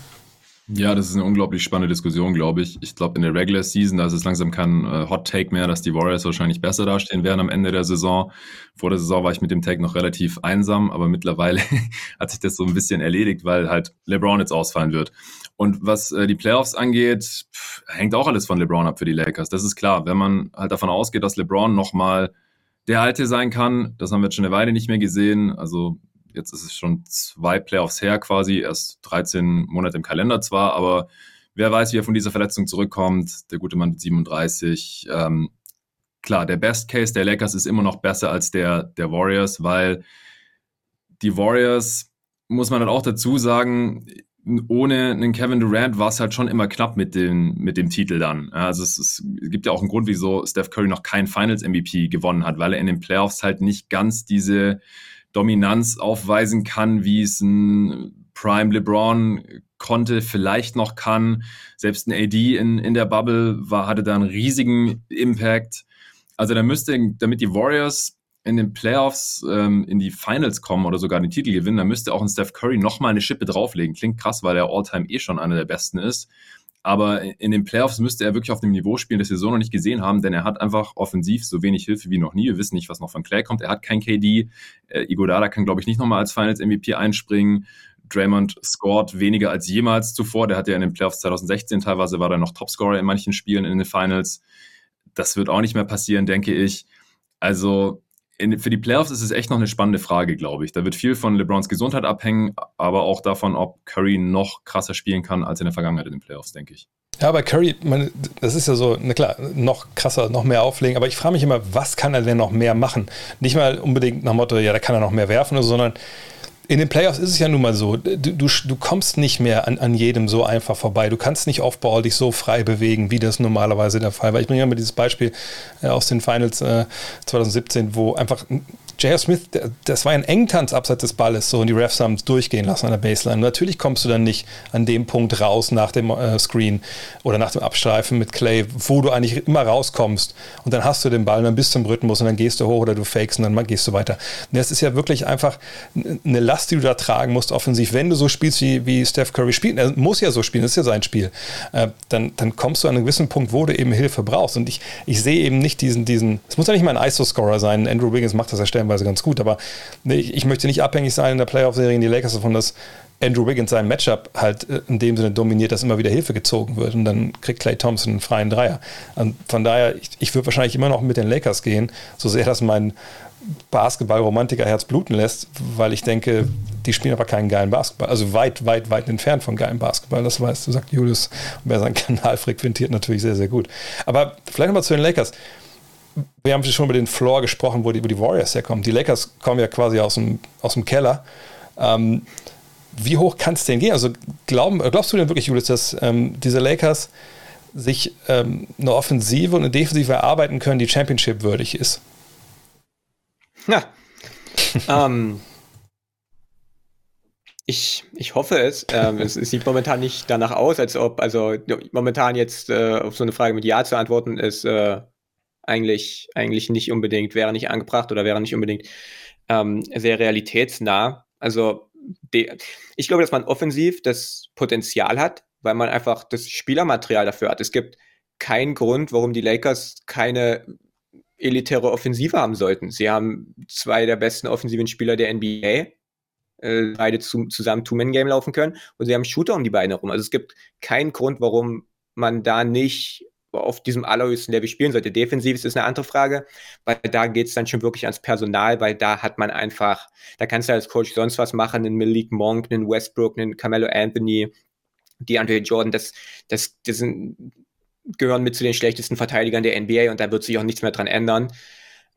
Ja, das ist eine unglaublich spannende Diskussion, glaube ich. Ich glaube, in der Regular Season, da ist es langsam kein äh, Hot Take mehr, dass die Warriors wahrscheinlich besser dastehen werden am Ende der Saison. Vor der Saison war ich mit dem Take noch relativ einsam, aber mittlerweile hat sich das so ein bisschen erledigt, weil halt LeBron jetzt ausfallen wird. Und was äh, die Playoffs angeht, pff, hängt auch alles von LeBron ab für die Lakers. Das ist klar. Wenn man halt davon ausgeht, dass LeBron nochmal der Alte sein kann, das haben wir jetzt schon eine Weile nicht mehr gesehen. Also jetzt ist es schon zwei Playoffs her quasi, erst dreizehn Monate im Kalender zwar, aber wer weiß, wie er von dieser Verletzung zurückkommt. Der gute Mann mit siebenunddreißig. Ähm, klar, der Best Case der Lakers ist immer noch besser als der der Warriors, weil die Warriors, muss man halt auch dazu sagen, ohne einen Kevin Durant war es halt schon immer knapp mit dem, mit dem Titel dann. Also es, es gibt ja auch einen Grund, wieso Steph Curry noch keinen Finals-M V P gewonnen hat, weil er in den Playoffs halt nicht ganz diese Dominanz aufweisen kann, wie es ein Prime LeBron konnte, vielleicht noch kann. Selbst ein A D in, in der Bubble war, hatte da einen riesigen Impact. Also da müsste, damit die Warriors in den Playoffs ähm, in die Finals kommen oder sogar den Titel gewinnen, da müsste auch ein Steph Curry nochmal eine Schippe drauflegen. Klingt krass, weil er All-Time eh schon einer der Besten ist. Aber in den Playoffs müsste er wirklich auf dem Niveau spielen, das wir so noch nicht gesehen haben, denn er hat einfach offensiv so wenig Hilfe wie noch nie. Wir wissen nicht, was noch von Clay kommt. Er hat kein K D. Äh, Iguodala kann, glaube ich, nicht nochmal als Finals-M V P einspringen. Draymond scored weniger als jemals zuvor. Der hat ja in den Playoffs zwanzig sechzehn teilweise, war er noch Topscorer in manchen Spielen in den Finals. Das wird auch nicht mehr passieren, denke ich. Also in, für die Playoffs ist es echt noch eine spannende Frage, glaube ich. Da wird viel von LeBrons Gesundheit abhängen, aber auch davon, ob Curry noch krasser spielen kann als in der Vergangenheit in den Playoffs, denke ich. Ja, bei Curry, man, das ist ja so, na klar, noch krasser, noch mehr auflegen, aber ich frage mich immer, was kann er denn noch mehr machen? Nicht mal unbedingt nach dem Motto, ja, da kann er noch mehr werfen, oder so, sondern in den Playoffs ist es ja nun mal so, du, du, du kommst nicht mehr an, an jedem so einfach vorbei. Du kannst nicht Off-Ball dich so frei bewegen, wie das normalerweise der Fall war. Ich bringe ja mal dieses Beispiel äh, aus den Finals äh, zwanzig siebzehn, wo einfach J R. Smith, der, das war ein Engtanz abseits des Balles, so, und die Refs haben es durchgehen lassen an der Baseline. Und natürlich kommst du dann nicht an dem Punkt raus nach dem äh, Screen oder nach dem Abstreifen mit Clay, wo du eigentlich immer rauskommst. Und dann hast du den Ball und dann bist du im Rhythmus und dann gehst du hoch oder du fakest und dann gehst du weiter. Und das ist ja wirklich einfach eine Last, die du da tragen musst offensiv. Wenn du so spielst, wie, wie Steph Curry spielt, er muss ja so spielen, das ist ja sein Spiel, äh, dann, dann kommst du an einen gewissen Punkt, wo du eben Hilfe brauchst. Und ich, ich sehe eben nicht diesen, diesen, es muss ja nicht mal ein I S O-Scorer sein, Andrew Wiggins macht das ja stellenweise ganz gut, aber ich, ich möchte nicht abhängig sein in der Playoff-Serie in die Lakers davon, dass Andrew Wiggins sein Matchup halt in dem Sinne dominiert, dass immer wieder Hilfe gezogen wird und dann kriegt Klay Thompson einen freien Dreier. Und von daher, ich, ich würde wahrscheinlich immer noch mit den Lakers gehen, so sehr das mein Basketball-Romantiker-Herz bluten lässt, weil ich denke, die spielen aber keinen geilen Basketball, also weit, weit, weit entfernt von geilem Basketball, das weißt du, sagt Julius, wer seinen Kanal frequentiert, natürlich sehr, sehr gut. Aber vielleicht nochmal zu den Lakers. Wir haben schon über den Floor gesprochen, wo die, wo die Warriors herkommen. Die Lakers kommen ja quasi aus dem, aus dem Keller. Ähm, wie hoch kann es denn gehen? Also glauben, glaubst du denn wirklich, Julius, dass ähm, diese Lakers sich ähm, eine Offensive und eine Defensive erarbeiten können, die Championship würdig ist? Ja. ähm, ich, ich hoffe es. Ähm, es. Es sieht momentan nicht danach aus, als ob, also momentan jetzt äh, auf so eine Frage mit Ja zu antworten, ist äh, eigentlich, eigentlich nicht unbedingt, wäre nicht angebracht oder wäre nicht unbedingt ähm, sehr realitätsnah. Also de, ich glaube, dass man offensiv das Potenzial hat, weil man einfach das Spielermaterial dafür hat. Es gibt keinen Grund, warum die Lakers keine elitäre Offensive haben sollten. Sie haben zwei der besten offensiven Spieler der N B A, äh, beide zu, zusammen Two-Man-Game laufen können, und sie haben Shooter um die Beine herum. Also es gibt keinen Grund, warum man da nicht auf diesem allerhöchsten Level spielen sollte. Defensiv ist eine andere Frage, weil da geht es dann schon wirklich ans Personal, weil da hat man einfach, da kannst du als Coach sonst was machen, einen Malik Monk, einen Westbrook, einen Carmelo Anthony, DeAndre Jordan, das, das, das sind, gehören mit zu den schlechtesten Verteidigern der N B A, und da wird sich auch nichts mehr dran ändern.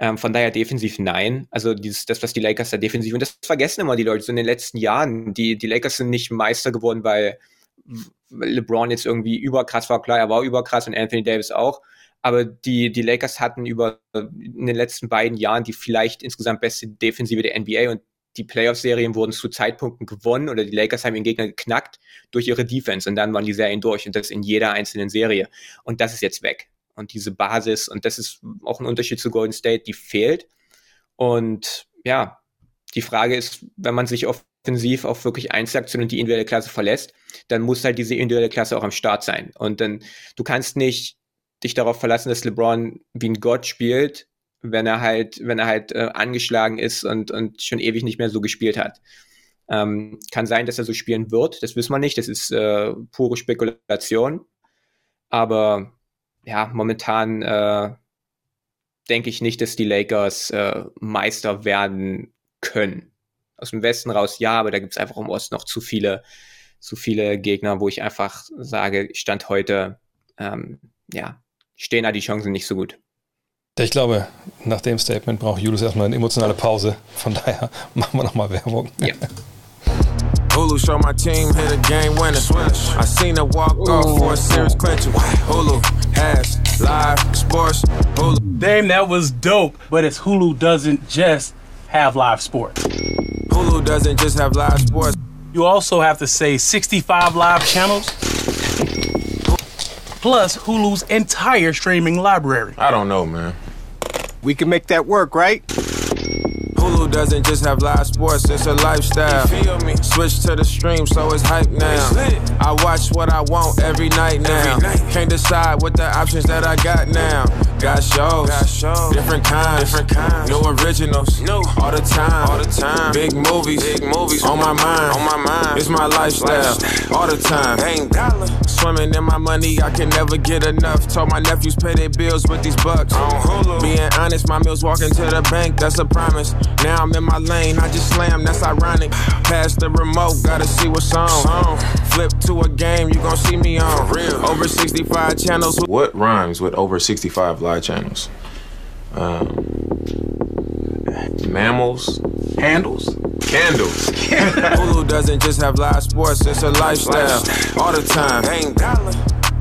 Ähm, von daher defensiv nein. Also dieses, das, was die Lakers da defensiv, und das vergessen immer die Leute so in den letzten Jahren. Die, die Lakers sind nicht Meister geworden, weil LeBron jetzt irgendwie überkrass war. Klar, er war überkrass und Anthony Davis auch. Aber die, die Lakers hatten über in den letzten beiden Jahren die vielleicht insgesamt beste Defensive der N B A, und die Playoff-Serien wurden zu Zeitpunkten gewonnen oder die Lakers haben ihren Gegner geknackt durch ihre Defense, und dann waren die Serien durch, und das in jeder einzelnen Serie. Und das ist jetzt weg. Und diese Basis, und das ist auch ein Unterschied zu Golden State, die fehlt. Und ja, die Frage ist, wenn man sich offensiv auf wirklich Einzelaktionen und die individuelle Klasse verlässt, dann muss halt diese individuelle Klasse auch am Start sein. Und dann, du kannst nicht dich darauf verlassen, dass LeBron wie ein Gott spielt, wenn er halt, wenn er halt äh, angeschlagen ist und, und schon ewig nicht mehr so gespielt hat. Ähm, kann sein, dass er so spielen wird, das wissen wir nicht, das ist äh, pure Spekulation. Aber ja, momentan äh, denke ich nicht, dass die Lakers äh, Meister werden können. Aus dem Westen raus ja, aber da gibt es einfach im Osten noch zu viele, zu viele Gegner, wo ich einfach sage, Stand heute, ähm, ja, stehen da die Chancen nicht so gut. Ich glaube, nach dem Statement braucht Julius erstmal eine emotionale Pause. Von daher machen wir nochmal Werbung. Ja. Hulu show my team hit a game winner. I seen her walk off for a series clincher. Hulu has live sports. Hulu. Damn, that was dope. But it's Hulu doesn't just have live sports. Hulu doesn't just have live sports. You also have to say sixty-five live channels. Plus Hulu's entire streaming library. I don't know, man. We can make that work, right? Hulu doesn't just have live sports, it's a lifestyle. You feel me? Switch to the stream, so it's hype now. I watch what I want every night now. Every night. Can't decide what the options that I got now. Got shows, got shows. Different kinds, different kinds. New originals, New. all the time, all the time. Big movies, big movies on my mind, on my mind. It's my lifestyle, lifestyle. all the time. Ain't dollar. Swimming in my money, I can never get enough. Told my nephews pay their bills with these bucks. On Hulu. Being honest, my meals walking to the bank, that's a promise. Now I'm in my lane, I just slam, that's ironic. Pass the remote, gotta see what's on. Flip to a game, you gon' see me on. For real. Over sixty-five channels. What rhymes with over sixty-five live channels? Um, mammals? Handles? Candles. Hulu doesn't just have live sports, it's a lifestyle. All the time. Ain't dollar.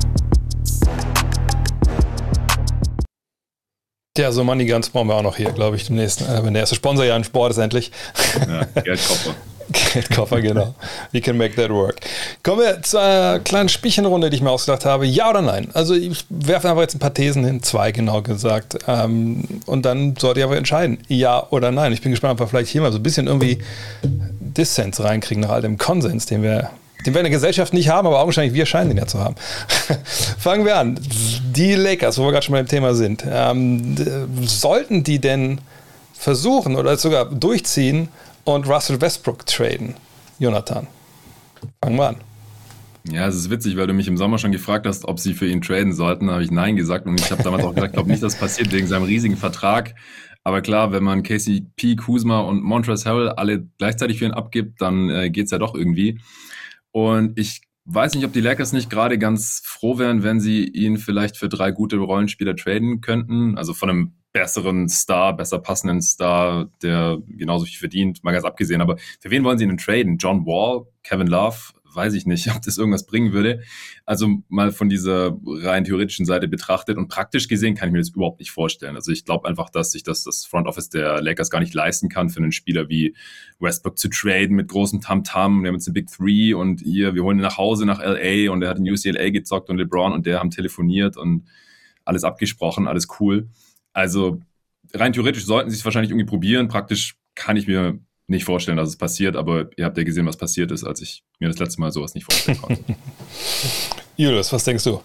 Ja, so Money Guns brauchen wir auch noch hier, glaube ich, demnächst. Äh, wenn der erste Sponsor ja im Sport ist, endlich. Ja, Geldkoffer. Geldkoffer, genau. We can make that work. Kommen wir zu einer kleinen Spielchenrunde, die ich mir ausgedacht habe. Ja oder nein? Also ich werfe einfach jetzt ein paar Thesen hin, zwei genau gesagt. Ähm, und dann sollt ihr aber entscheiden, ja oder nein. Ich bin gespannt, ob wir vielleicht hier mal so ein bisschen irgendwie Dissens reinkriegen nach all dem Konsens, den wir, den wir in der Gesellschaft nicht haben, aber augenscheinlich wir scheinen den ja zu haben. Fangen wir an. Die Lakers, wo wir gerade schon beim Thema sind, ähm, sollten die denn versuchen oder sogar durchziehen und Russell Westbrook traden? Jonathan, fangen wir an. Ja, es ist witzig, weil du mich im Sommer schon gefragt hast, ob sie für ihn traden sollten. Da habe ich Nein gesagt und ich habe damals auch gesagt, ich glaube nicht, dass das passiert wegen seinem riesigen Vertrag. Aber klar, wenn man K C P, Kuzma und Montrezl Harrell alle gleichzeitig für ihn abgibt, dann äh, geht es ja doch irgendwie. Und ich weiß nicht, ob die Lakers nicht gerade ganz froh wären, wenn sie ihn vielleicht für drei gute Rollenspieler traden könnten. Also von einem besseren Star, besser passenden Star, der genauso viel verdient, mal ganz abgesehen. Aber für wen wollen sie ihn traden? John Wall, Kevin Love? Weiß ich nicht, ob das irgendwas bringen würde. Also mal von dieser rein theoretischen Seite betrachtet und praktisch gesehen kann ich mir das überhaupt nicht vorstellen. Also ich glaube einfach, dass sich das, das Front Office der Lakers gar nicht leisten kann, für einen Spieler wie Westbrook zu traden mit großem Tamtam. Wir haben jetzt eine Big Three und hier, wir holen ihn nach Hause nach L A und er hat in U C L A gezockt und LeBron und der haben telefoniert und alles abgesprochen, alles cool. Also rein theoretisch sollten sie es wahrscheinlich irgendwie probieren. Praktisch kann ich mir nicht vorstellen, dass es passiert, aber ihr habt ja gesehen, was passiert ist, als ich mir das letzte Mal sowas nicht vorstellen konnte. Julius, was denkst du?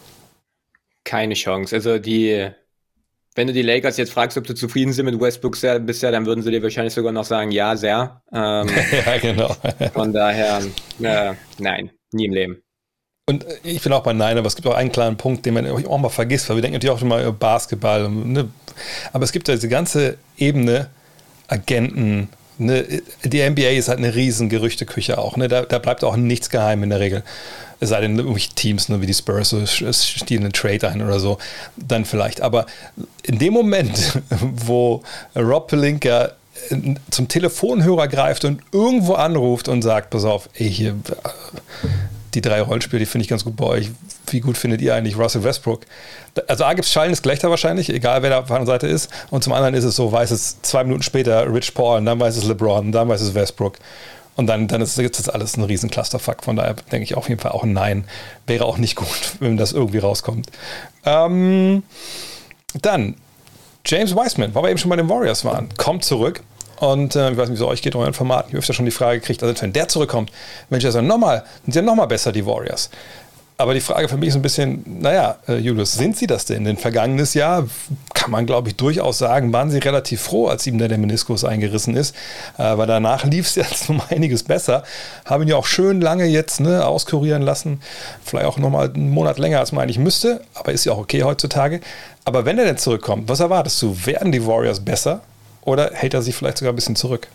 Keine Chance. Also die, wenn du die Lakers jetzt fragst, ob du zufrieden sind mit Westbrook bisher, dann würden sie dir wahrscheinlich sogar noch sagen, ja, sehr. Ähm, ja, genau. Von daher, äh, nein, nie im Leben. Und ich bin auch bei Nein, aber es gibt auch einen kleinen Punkt, den man auch mal vergisst, weil wir denken natürlich auch immer über Basketball. Ne? Aber es gibt ja diese ganze Ebene Agenten, Ne, die N B A ist halt eine riesen Gerüchteküche auch. Ne? Da, da bleibt auch nichts geheim in der Regel. Es sei denn, irgendwelche Teams, ne, wie die Spurs, so stehen einen Trade ein oder so, dann vielleicht. Aber in dem Moment, wo Rob Pelinka zum Telefonhörer greift und irgendwo anruft und sagt, pass auf, ey, hier, die drei Rollenspiele, die finde ich ganz gut bei euch. Wie gut findet ihr eigentlich Russell Westbrook? Also A gibt es schallendes Gelächter wahrscheinlich, egal wer da auf der anderen Seite ist. Und zum anderen ist es so, weiß es zwei Minuten später Rich Paul und dann weiß es LeBron und dann weiß es Westbrook. Und dann, dann ist das alles ein riesen Clusterfuck. Von daher denke ich auf jeden Fall auch ein Nein. Wäre auch nicht gut, wenn das irgendwie rauskommt. Ähm, dann, James Wiseman, weil wir eben schon bei den Warriors waren, kommt zurück. Und äh, ich weiß nicht, wie es euch geht, euren Formaten. Ich habe öfter schon die Frage gekriegt, also wenn der zurückkommt, Mensch, also nochmal, sind ja nochmal besser, die Warriors. Aber die Frage für mich ist ein bisschen, naja, äh, Julius, sind sie das denn? Denn vergangenes Jahr, kann man glaube ich durchaus sagen, waren sie relativ froh, als ihm da der Meniskus eingerissen ist, äh, weil danach lief es jetzt um einiges besser. Haben ihn ja auch schön lange jetzt ne, auskurieren lassen, vielleicht auch nochmal einen Monat länger, als man eigentlich müsste, aber ist ja auch okay heutzutage. Aber wenn er denn zurückkommt, was erwartest du? Werden die Warriors besser oder hält er sich vielleicht sogar ein bisschen zurück?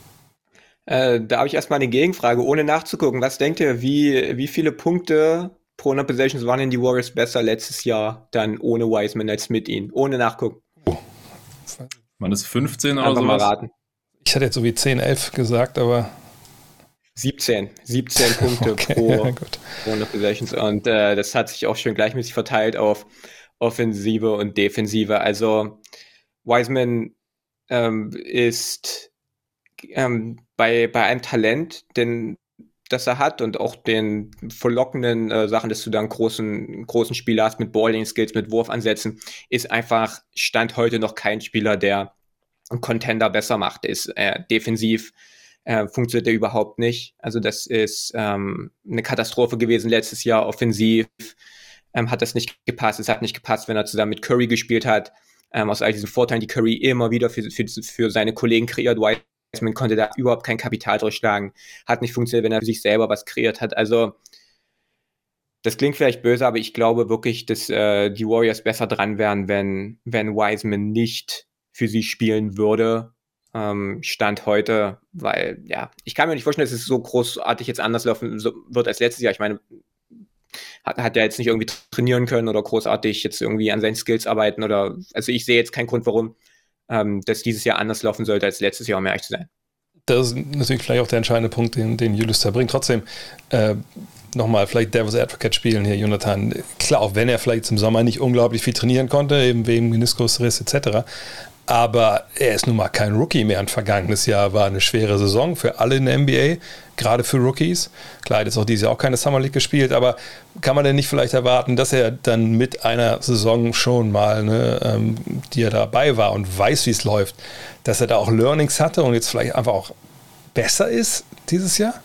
Äh, da habe ich erstmal eine Gegenfrage, ohne nachzugucken. Was denkt ihr, wie, wie viele Punkte pro hundert Possessions waren denn die Warriors besser letztes Jahr dann ohne Wiseman als mit ihnen? Ohne nachgucken. Oh. Waren das fünfzehn oder Einfach sowas? mal raten. Ich hatte jetzt so wie zehn, elf gesagt, aber... siebzehn. siebzehn Punkte okay, pro, ja, pro hundert Possessions. Und äh, das hat sich auch schön gleichmäßig verteilt auf Offensive und Defensive. Also Wiseman ähm, ist ähm, bei, bei einem Talent, denn das er hat und auch den verlockenden äh, Sachen, dass du dann großen großen Spieler hast mit Balling-Skills, mit Wurfansätzen, ist einfach Stand heute noch kein Spieler, der einen Contender besser macht. Ist äh, defensiv äh, funktioniert er überhaupt nicht. Also das ist ähm, eine Katastrophe gewesen letztes Jahr. Offensiv ähm, hat das nicht gepasst. Es hat nicht gepasst, wenn er zusammen mit Curry gespielt hat. Ähm, aus all diesen Vorteilen, die Curry immer wieder für, für, für seine Kollegen kreiert, Wiseman konnte da überhaupt kein Kapital durchschlagen. Hat nicht funktioniert, wenn er für sich selber was kreiert hat. Also, das klingt vielleicht böse, aber ich glaube wirklich, dass äh, die Warriors besser dran wären, wenn, wenn Wiseman nicht für sie spielen würde. Ähm, Stand heute, weil, ja, ich kann mir nicht vorstellen, dass es so großartig jetzt anders laufen wird als letztes Jahr. Ich meine, hat, hat er jetzt nicht irgendwie trainieren können oder großartig jetzt irgendwie an seinen Skills arbeiten oder, also ich sehe jetzt keinen Grund, warum ähm, das dieses Jahr anders laufen sollte als letztes Jahr, um ehrlich zu sein. Das ist natürlich vielleicht auch der entscheidende Punkt, den, den Julius da bringt. Trotzdem, äh, nochmal vielleicht Devil's Advocate spielen hier, Jonathan. Klar, auch wenn er vielleicht im Sommer nicht unglaublich viel trainieren konnte, eben wegen Meniskusriss et cetera, aber er ist nun mal kein Rookie mehr. Ein vergangenes Jahr war eine schwere Saison für alle in der N B A, gerade für Rookies. Klar, er hat jetzt auch dieses Jahr auch keine Summer League gespielt, aber kann man denn nicht vielleicht erwarten, dass er dann mit einer Saison schon mal, ne, ähm, die er dabei war und weiß, wie es läuft, dass er da auch Learnings hatte und jetzt vielleicht einfach auch besser ist dieses Jahr?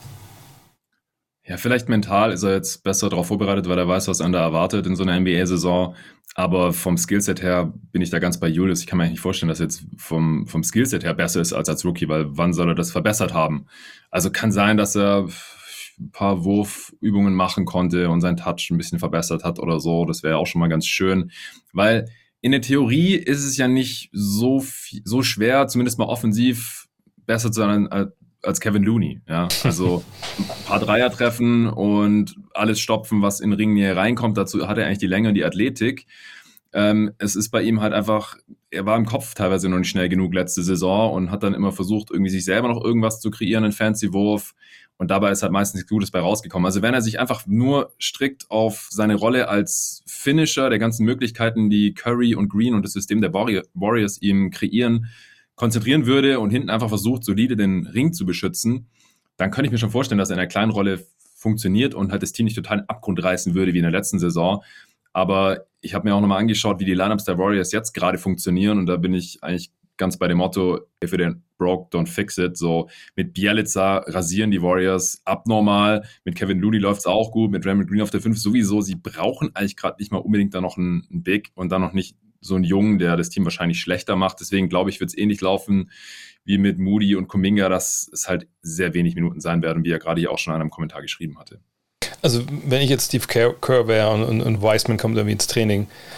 Ja, vielleicht mental ist er jetzt besser darauf vorbereitet, weil er weiß, was einen da erwartet in so einer N B A-Saison. Aber vom Skillset her bin ich da ganz bei Julius. Ich kann mir eigentlich nicht vorstellen, dass er jetzt vom, vom Skillset her besser ist als als Rookie, weil wann soll er das verbessert haben? Also kann sein, dass er ein paar Wurfübungen machen konnte und seinen Touch ein bisschen verbessert hat oder so. Das wäre auch schon mal ganz schön, weil in der Theorie ist es ja nicht so, viel, so schwer, zumindest mal offensiv besser zu sein als Kevin Looney. Ja? Also ein paar Dreier treffen und alles stopfen, was in Ringnähe reinkommt. Dazu hat er eigentlich die Länge und die Athletik. Ähm, es ist bei ihm halt einfach, er war im Kopf teilweise noch nicht schnell genug letzte Saison und hat dann immer versucht, irgendwie sich selber noch irgendwas zu kreieren, einen fancy Wurf. Und dabei ist halt meistens nichts Gutes bei rausgekommen. Also wenn er sich einfach nur strikt auf seine Rolle als Finisher der ganzen Möglichkeiten, die Curry und Green und das System der Warriors ihm kreieren, konzentrieren würde und hinten einfach versucht, solide den Ring zu beschützen, dann könnte ich mir schon vorstellen, dass er in einer kleinen Rolle funktioniert und halt das Team nicht total in den Abgrund reißen würde wie in der letzten Saison. Aber ich habe mir auch nochmal angeschaut, wie die Lineups der Warriors jetzt gerade funktionieren und da bin ich eigentlich ganz bei dem Motto, if it ain't broke, don't fix it. So mit Bjelica rasieren die Warriors abnormal, mit Kevin Looney läuft es auch gut, mit Draymond Green auf der fünf sowieso. Sie brauchen eigentlich gerade nicht mal unbedingt da noch einen, einen Big und dann noch nicht so einen Jungen, der das Team wahrscheinlich schlechter macht. Deswegen glaube ich, wird es ähnlich laufen wie mit Moody und Kuminga, dass es halt sehr wenig Minuten sein werden, wie er gerade hier auch schon in einem Kommentar geschrieben hatte. Also wenn ich jetzt Steve Kerr wäre und, und, und Wiseman kommt irgendwie ins Training,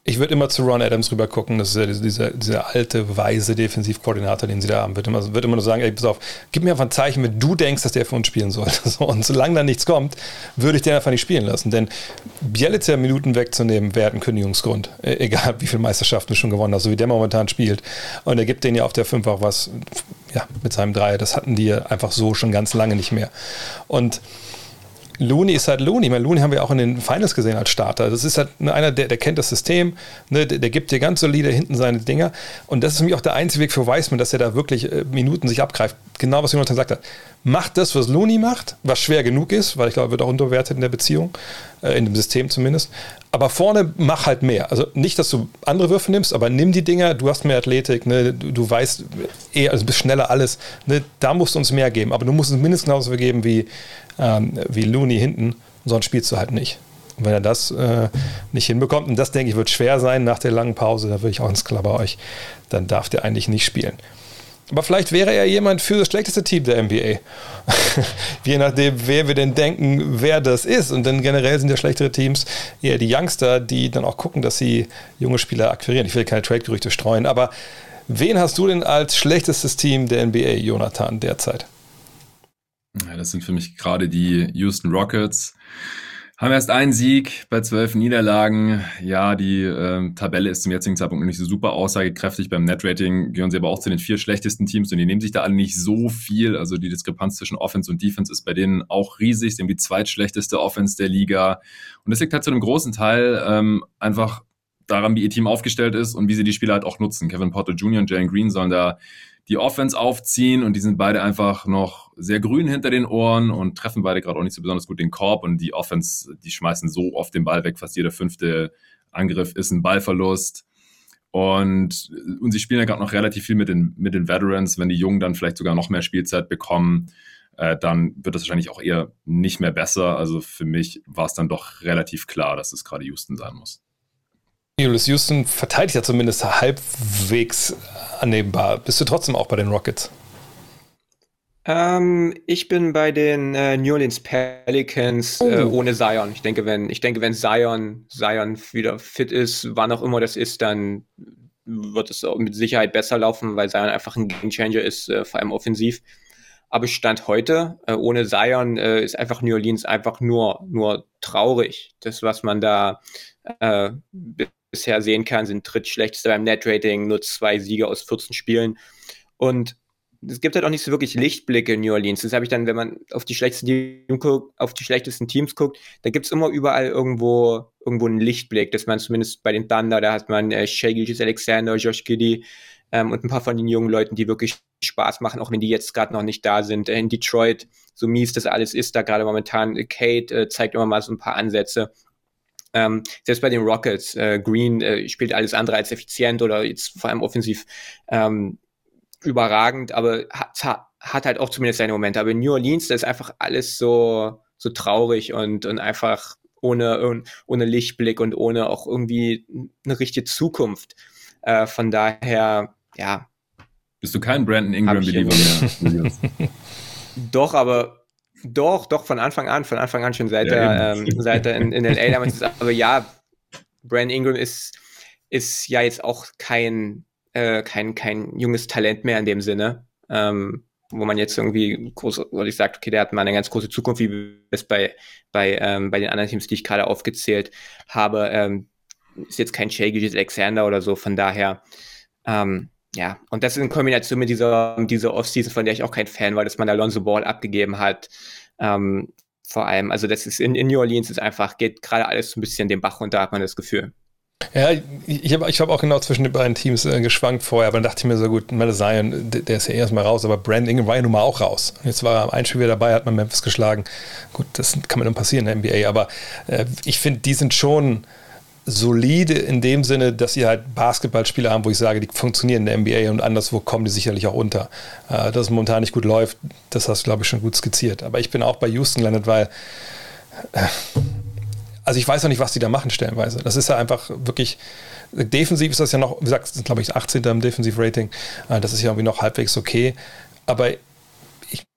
Ich würde immer zu Ron Adams rüber gucken, das ist ja dieser, dieser alte, weise Defensivkoordinator, den sie da haben. Wird immer, wird immer nur sagen, ey, pass auf, gib mir einfach ein Zeichen, wenn du denkst, dass der für uns spielen soll. So, und solange da nichts kommt, würde ich den einfach nicht spielen lassen. Denn Bjelica Minuten wegzunehmen, wäre ein Kündigungsgrund. Egal, wie viele Meisterschaften du schon gewonnen hast, so wie der momentan spielt. Und er gibt denen ja auf der fünf auch was, ja, mit seinem Dreier. Das hatten die einfach so schon ganz lange nicht mehr. Und Looney ist halt Looney. Ich meine, Looney haben wir auch in den Finals gesehen als Starter. Das ist halt einer, der, der kennt das System, ne, der, der gibt dir ganz solide hinten seine Dinger. Und das ist für mich auch der einzige Weg für Wiseman, dass er da wirklich äh, Minuten sich abgreift. Genau, was Jonathan gesagt hat. Macht das, was Looney macht, was schwer genug ist, weil ich glaube, er wird auch unterbewertet in der Beziehung, äh, in dem System zumindest. Aber vorne mach halt mehr. Also nicht, dass du andere Würfe nimmst, aber nimm die Dinger, du hast mehr Athletik, ne, du, du weißt eher, also bist schneller alles. Ne, da musst du uns mehr geben. Aber du musst uns mindestens genauso viel geben wie Ähm, wie Looney hinten, sonst spielst du halt nicht. Und wenn er das äh, nicht hinbekommt, und das denke ich wird schwer sein nach der langen Pause, da würde ich auch ins Klar bei euch, dann darf der eigentlich nicht spielen. Aber vielleicht wäre er jemand für das schlechteste Team der N B A. Je nachdem, wer wir denn denken, wer das ist. Und dann generell sind ja schlechtere Teams eher die Youngster, die dann auch gucken, dass sie junge Spieler akquirieren. Ich will keine Trade-Gerüchte streuen, aber wen hast du denn als schlechtestes Team der N B A, Jonathan, derzeit? Ja, das sind für mich gerade die Houston Rockets. Haben erst einen Sieg bei zwölf Niederlagen. Ja, die äh, Tabelle ist zum jetzigen Zeitpunkt nicht so super aussagekräftig. Beim Net-Rating gehören sie aber auch zu den vier schlechtesten Teams und die nehmen sich da alle nicht so viel. Also die Diskrepanz zwischen Offense und Defense ist bei denen auch riesig. Sie haben die zweitschlechteste Offense der Liga. Und das liegt halt zu einem großen Teil ähm, einfach daran, wie ihr Team aufgestellt ist und wie sie die Spieler halt auch nutzen. Kevin Porter Junior und Jalen Green sollen da die Offense aufziehen und die sind beide einfach noch sehr grün hinter den Ohren und treffen beide gerade auch nicht so besonders gut den Korb und die Offense, die schmeißen so oft den Ball weg, fast jeder fünfte Angriff ist ein Ballverlust und, und sie spielen ja gerade noch relativ viel mit den, mit den Veterans, wenn die Jungen dann vielleicht sogar noch mehr Spielzeit bekommen, äh, dann wird das wahrscheinlich auch eher nicht mehr besser, also für mich war es dann doch relativ klar, dass es gerade Houston sein muss. Julius, Houston verteidigt ja zumindest halbwegs annehmbar. Bist du trotzdem auch bei den Rockets? Ähm, ich bin bei den äh, New Orleans Pelicans oh. äh, ohne Zion. Ich denke, wenn ich denke, wenn Zion Zion wieder fit ist, wann auch immer das ist, dann wird es auch mit Sicherheit besser laufen, weil Zion einfach ein Gamechanger ist, äh, vor allem offensiv. Aber Stand heute, äh, ohne Zion, äh, ist einfach New Orleans einfach nur nur traurig. Das, was man da äh, bisher sehen kann, sind drittschlechteste beim Net-Rating, nur zwei Siege aus vierzehn Spielen. Und es gibt halt auch nicht so wirklich Lichtblicke in New Orleans. Das habe ich dann, wenn man auf die schlechtesten Teams guckt, auf die schlechtesten Teams guckt, da gibt es immer überall irgendwo irgendwo einen Lichtblick, dass man zumindest bei den Thunder, da hat man äh, Shai Gilgeous-Alexander, Josh Giddey ähm, und ein paar von den jungen Leuten, die wirklich Spaß machen, auch wenn die jetzt gerade noch nicht da sind. In Detroit, so mies das alles ist, da gerade momentan Kate äh, zeigt immer mal so ein paar Ansätze. Ähm, selbst bei den Rockets, äh, Green äh, spielt alles andere als effizient oder jetzt vor allem offensiv ähm, überragend, aber hat, hat halt auch zumindest seine Momente. Aber in New Orleans, da ist einfach alles so, so traurig und, und einfach ohne, ohne Lichtblick und ohne auch irgendwie eine richtige Zukunft. Äh, von daher, ja. Bist du kein Brandon Ingram-Believer mehr? Doch, aber Doch, doch, von Anfang an, von Anfang an schon seit ja, er, ähm, seit er in, in L A damals ist. Aber ja, Brandon Ingram ist, ist ja jetzt auch kein, äh, kein, kein junges Talent mehr in dem Sinne, ähm, wo man jetzt irgendwie groß, oder ich sage, okay, der hat mal eine ganz große Zukunft, wie es bei, bei, ähm, bei den anderen Teams, die ich gerade aufgezählt habe, ähm, ist jetzt kein Shai Gilgeous-Alexander oder so, von daher, ähm, ja, und das in Kombination mit dieser, dieser Offseason, von der ich auch kein Fan war, dass man Alonzo Ball abgegeben hat. Ähm, vor allem, also das ist in, in New Orleans ist einfach, geht gerade alles so ein bisschen den Bach runter, hat man das Gefühl. Ja, ich habe ich hab auch genau zwischen den beiden Teams äh, geschwankt vorher, aber dann dachte ich mir so, gut, meine Zion, der, der ist ja erstmal raus, aber Brandon Ingram war ja nun mal auch raus. Jetzt war er am Einspiel wieder dabei, hat man Memphis geschlagen. Gut, das kann mir dann passieren in der N B A, aber äh, ich finde, die sind schon solide in dem Sinne, dass sie halt Basketballspieler haben, wo ich sage, die funktionieren in der N B A und anderswo kommen die sicherlich auch unter. Äh, dass es momentan nicht gut läuft, das hast du, glaube ich, schon gut skizziert. Aber ich bin auch bei Houston gelandet, weil äh, also ich weiß noch nicht, was die da machen stellenweise. Das ist ja einfach wirklich, defensiv ist das ja noch, wie gesagt, sind glaube ich achtzehnter im Defensiv-Rating. Äh, das ist ja irgendwie noch halbwegs okay. Aber ich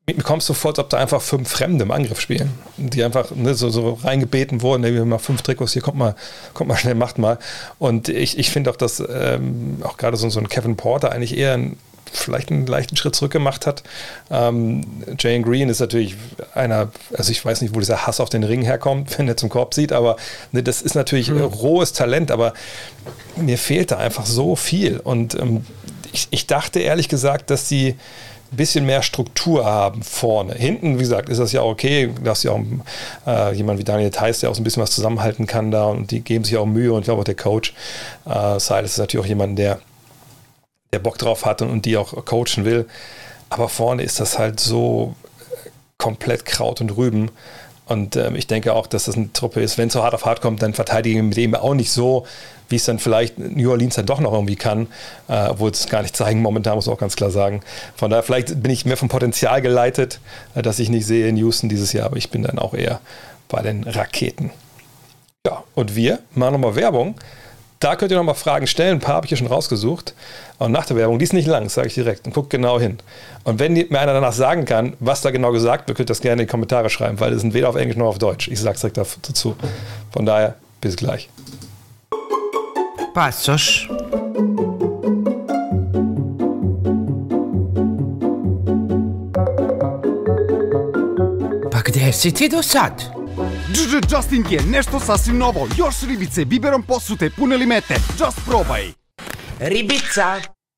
mir kommt es so vor, als ob da einfach fünf Fremde im Angriff spielen, die einfach ne, so, so reingebeten wurden, wir haben mal fünf Trikots, hier kommt mal, kommt mal schnell, macht mal. Und ich, ich finde auch, dass ähm, auch gerade so, so ein Kevin Porter eigentlich eher ein, vielleicht einen leichten Schritt zurück gemacht hat. Ähm, Jalen Green ist natürlich einer, also ich weiß nicht, wo dieser Hass auf den Ring herkommt, wenn er zum Korb sieht, aber ne, das ist natürlich mhm. rohes Talent, aber mir fehlt da einfach so viel. Und ähm, ich, ich dachte ehrlich gesagt, dass die ein bisschen mehr Struktur haben vorne. Hinten, wie gesagt, ist das ja auch okay. Da hast du ja auch äh, jemand wie Daniel Theis, der auch so ein bisschen was zusammenhalten kann da und die geben sich auch Mühe und ich glaube auch der Coach äh, Silas ist natürlich auch jemand, der, der Bock drauf hat und, und die auch coachen will. Aber vorne ist das halt so komplett Kraut und Rüben. Und ähm, ich denke auch, dass das eine Truppe ist, wenn es so hart auf hart kommt, dann verteidigen wir mit dem auch nicht so, wie es dann vielleicht New Orleans dann doch noch irgendwie kann, äh, obwohl es gar nicht zeigen momentan, muss man auch ganz klar sagen. Von daher, vielleicht bin ich mehr vom Potenzial geleitet, äh, das ich nicht sehe in Houston dieses Jahr, aber ich bin dann auch eher bei den Raketen. Ja, und wir machen nochmal Werbung. Da könnt ihr nochmal Fragen stellen. Ein paar habe ich hier schon rausgesucht. Und nach der Werbung, die ist nicht lang, sage ich direkt. Und guckt genau hin. Und wenn mir einer danach sagen kann, was da genau gesagt wird, könnt ihr das gerne in die Kommentare schreiben, weil es sind weder auf Englisch noch auf Deutsch. Ich sage es direkt dazu. Von daher, bis gleich. Passos. Pa gde si ti do sad? Justin je nešto sasvim novo. Još ribice, biberom posute, pune limete. Just probaj. Ribica.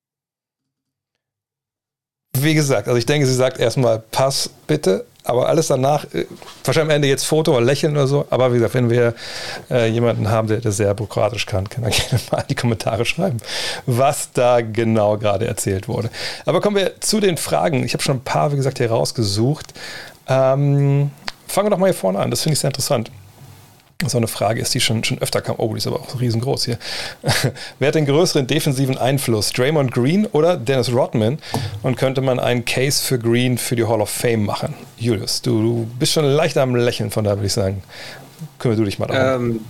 Wie gesagt, also ich denke, sie sagt erstmal Pass bitte, aber alles danach, wahrscheinlich am Ende jetzt Foto oder Lächeln oder so, aber wie gesagt, wenn wir äh, jemanden haben, der das sehr bürokratisch kann, kann er gerne mal in die Kommentare schreiben, was da genau gerade erzählt wurde. Aber kommen wir zu den Fragen. Ich habe schon ein paar, wie gesagt, hier rausgesucht. Ähm, fangen wir doch mal hier vorne an, das finde ich sehr interessant. So eine Frage ist, die schon, schon öfter kam. Oh, die ist aber auch riesengroß hier. Wer hat den größeren defensiven Einfluss? Draymond Green oder Dennis Rodman? Und könnte man einen Case für Green für die Hall of Fame machen? Julius, du, du bist schon leicht am Lächeln, von daher würde ich sagen, kümmere du dich mal darum. Ähm,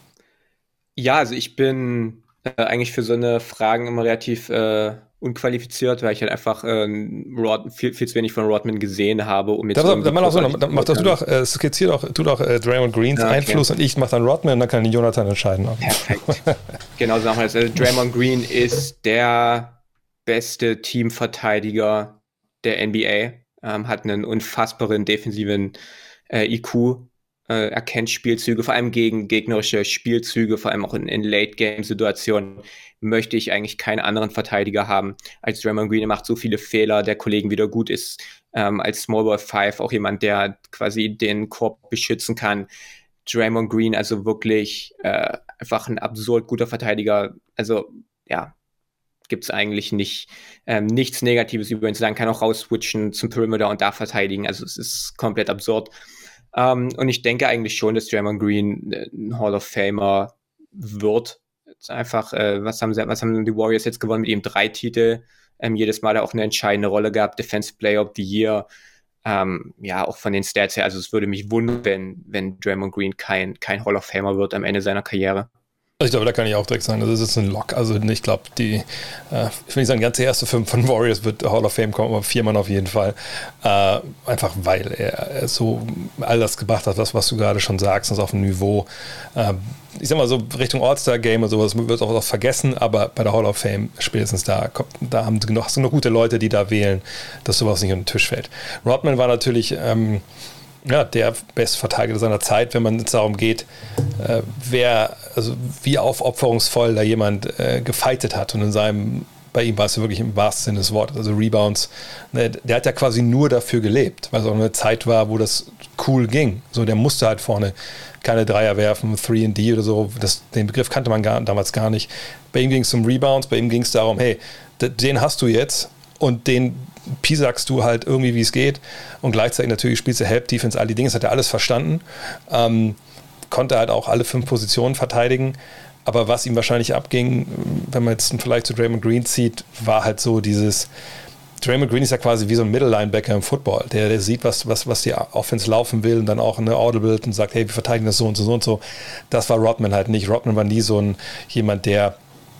ja, also ich bin äh, eigentlich für so eine Fragen immer relativ äh, unqualifiziert, weil ich halt einfach äh, Rod, viel, viel zu wenig von Rodman gesehen habe. Um jetzt dann, dann mach, so, dann mach das, du doch, äh, skizzier doch, tu doch äh, Draymond Greens ja, okay. Einfluss und ich mach dann Rodman und dann kann Jonathan entscheiden. Perfekt. Genau so machen wir das. Also Draymond Green ist der beste Teamverteidiger der N B A, ähm, hat einen unfassbaren defensiven äh, I Q, äh, erkennt Spielzüge, vor allem gegen gegnerische Spielzüge, vor allem auch in, in Late-Game-Situationen möchte ich eigentlich keinen anderen Verteidiger haben als Draymond Green. Er macht so viele Fehler, der Kollegen wieder gut ist, ähm, als Small Ball Five auch jemand, der quasi den Korb beschützen kann. Draymond Green, also wirklich äh, einfach ein absurd guter Verteidiger. Also ja, gibt es eigentlich nicht ähm, nichts Negatives über ihn zu sagen. Kann auch rausswitchen zum Perimeter und da verteidigen. Also es ist komplett absurd. Um, und ich denke eigentlich schon, dass Draymond Green ein Hall of Famer wird. Jetzt einfach, äh, was, haben sie, was haben die Warriors jetzt gewonnen mit ihm? Drei Titel. Ähm, jedes Mal auch eine entscheidende Rolle gehabt. Defensive Player of the Year. Ähm, ja, auch von den Stats her. Also es würde mich wundern, wenn, wenn Draymond Green kein, kein Hall of Famer wird am Ende seiner Karriere. Ich glaube, da kann ich auch direkt sagen, das ist ein Lock. Also ich glaube, die, äh, ich will nicht sagen, die ganze erste Fünf von Warriors wird Hall of Fame kommen, aber vier Mann auf jeden Fall. Äh, einfach weil er, er so all das gebracht hat, was, was du gerade schon sagst, das auf dem Niveau. Äh, ich sag mal so Richtung All-Star-Game und sowas wird auch oft vergessen, aber bei der Hall of Fame spätestens da, da haben du noch, hast du noch gute Leute, die da wählen, dass sowas nicht unter den Tisch fällt. Rodman war natürlich ähm, ja, der Bestverteidiger seiner Zeit, wenn man es darum geht, äh, wer, also wie aufopferungsvoll da jemand äh, gefightet hat. Und in seinem, bei ihm war es wirklich im wahrsten Sinne des Wortes, also Rebounds. Ne, der hat ja quasi nur dafür gelebt, weil es auch eine Zeit war, wo das cool ging. So, der musste halt vorne keine Dreier werfen, drei and D oder so. Das, den Begriff kannte man gar, damals gar nicht. Bei ihm ging es um Rebounds, bei ihm ging es darum, hey, den hast du jetzt und den piesagst du halt irgendwie, wie es geht, und gleichzeitig natürlich spielst du Help Defense, all die Dinge, das hat er alles verstanden, ähm, konnte halt auch alle fünf Positionen verteidigen, aber was ihm wahrscheinlich abging, wenn man jetzt vielleicht zu Draymond Green zieht, war halt so dieses, Draymond Green ist ja quasi wie so ein Middle-Linebacker im Football, der, der sieht, was, was, was die Offense laufen will und dann auch eine Audible und sagt, hey, wir verteidigen das so und so und so. Das war Rodman halt nicht. Rodman war nie so ein jemand, der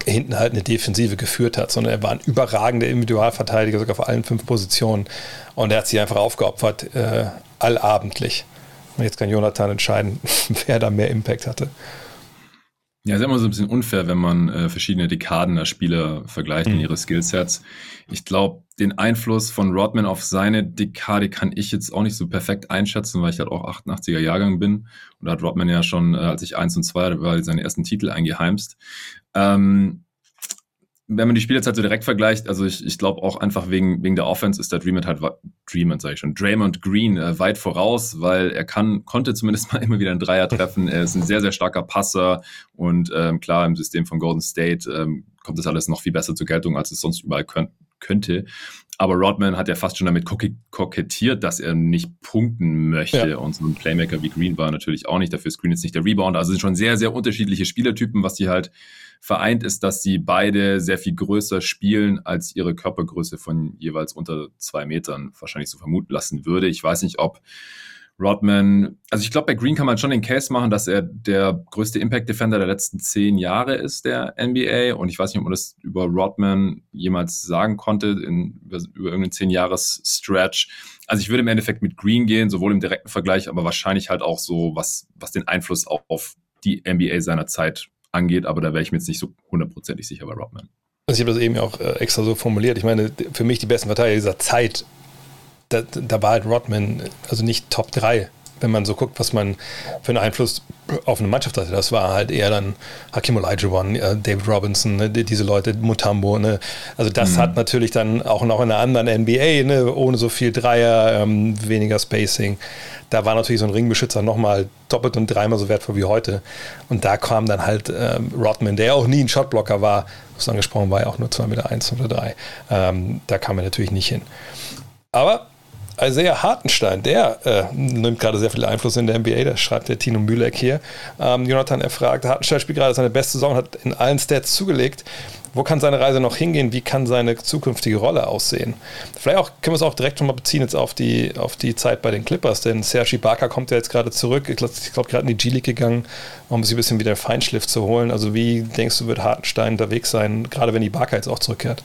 hinten halt eine Defensive geführt hat, sondern er war ein überragender Individualverteidiger, sogar auf allen fünf Positionen. Und er hat sich einfach aufgeopfert, äh, allabendlich. Und jetzt kann Jonathan entscheiden, wer da mehr Impact hatte. Ja, es ist immer so ein bisschen unfair, wenn man äh, verschiedene Dekaden der Spieler vergleicht mhm. in ihre Skillsets. Ich glaube, den Einfluss von Rodman auf seine Dekade kann ich jetzt auch nicht so perfekt einschätzen, weil ich halt auch achtundachtziger Jahrgang bin. Und da hat Rodman ja schon, äh, als ich eins und zwei hatte, war seine ersten Titel eingeheimst. Ähm, wenn man die Spielerzeit so direkt vergleicht, also ich, ich glaube auch einfach wegen, wegen der Offense ist der Draymond halt, Draymond sage ich schon, Draymond Green äh, weit voraus, weil er kann, konnte zumindest mal immer wieder einen Dreier treffen. Er ist ein sehr, sehr starker Passer und ähm, klar, im System von Golden State ähm, kommt das alles noch viel besser zur Geltung, als es sonst überall könnt, könnte. Aber Rodman hat ja fast schon damit kokettiert, dass er nicht punkten möchte. Ja. Und so ein Playmaker wie Green war natürlich auch nicht. Dafür ist Green jetzt nicht der Rebounder. Also es sind schon sehr, sehr unterschiedliche Spielertypen. Was die halt vereint, ist, dass sie beide sehr viel größer spielen, als ihre Körpergröße von jeweils unter zwei Metern wahrscheinlich so vermuten lassen würde. Ich weiß nicht, ob Rodman, also ich glaube, bei Green kann man schon den Case machen, dass er der größte Impact-Defender der letzten zehn Jahre ist, der N B A. Und ich weiß nicht, ob man das über Rodman jemals sagen konnte, in, über, über irgendeinen zehn-Jahres-Stretch. Also ich würde im Endeffekt mit Green gehen, sowohl im direkten Vergleich, aber wahrscheinlich halt auch so, was, was den Einfluss auch auf die N B A seiner Zeit angeht. Aber da wäre ich mir jetzt nicht so hundertprozentig sicher bei Rodman. Also ich habe das eben auch äh, extra so formuliert. Ich meine, für mich die besten Verteidiger dieser Zeit, Da, da war halt Rodman also nicht Top drei, wenn man so guckt, was man für einen Einfluss auf eine Mannschaft hatte. Das war halt eher dann Hakeem Olajuwon, äh, David Robinson, ne, diese Leute, Mutombo. Ne? Also das mhm. hat natürlich dann auch noch in einer anderen N B A, ne, ohne so viel Dreier, ähm, weniger Spacing. Da war natürlich so ein Ringbeschützer nochmal doppelt und dreimal so wertvoll wie heute. Und da kam dann halt ähm, Rodman, der auch nie ein Shotblocker war, was angesprochen war, ja auch nur zwei Meter eins oder drei. Ähm, da kam er natürlich nicht hin. Aber Isaiah Hartenstein, der äh, nimmt gerade sehr viel Einfluss in der N B A, das schreibt der Tino Mühleck hier. Ähm, Jonathan erfragt, Hartenstein spielt gerade seine beste Saison, hat in allen Stats zugelegt. Wo kann seine Reise noch hingehen? Wie kann seine zukünftige Rolle aussehen? Vielleicht auch, können wir es auch direkt schon mal beziehen jetzt auf die, auf die Zeit bei den Clippers, denn Serge Ibaka kommt ja jetzt gerade zurück. Ich glaube, glaub, gerade in die G-League gegangen, um sich ein bisschen wieder Feinschliff zu holen. Also wie denkst du, wird Hartenstein unterwegs sein, gerade wenn Ibaka jetzt auch zurückkehrt?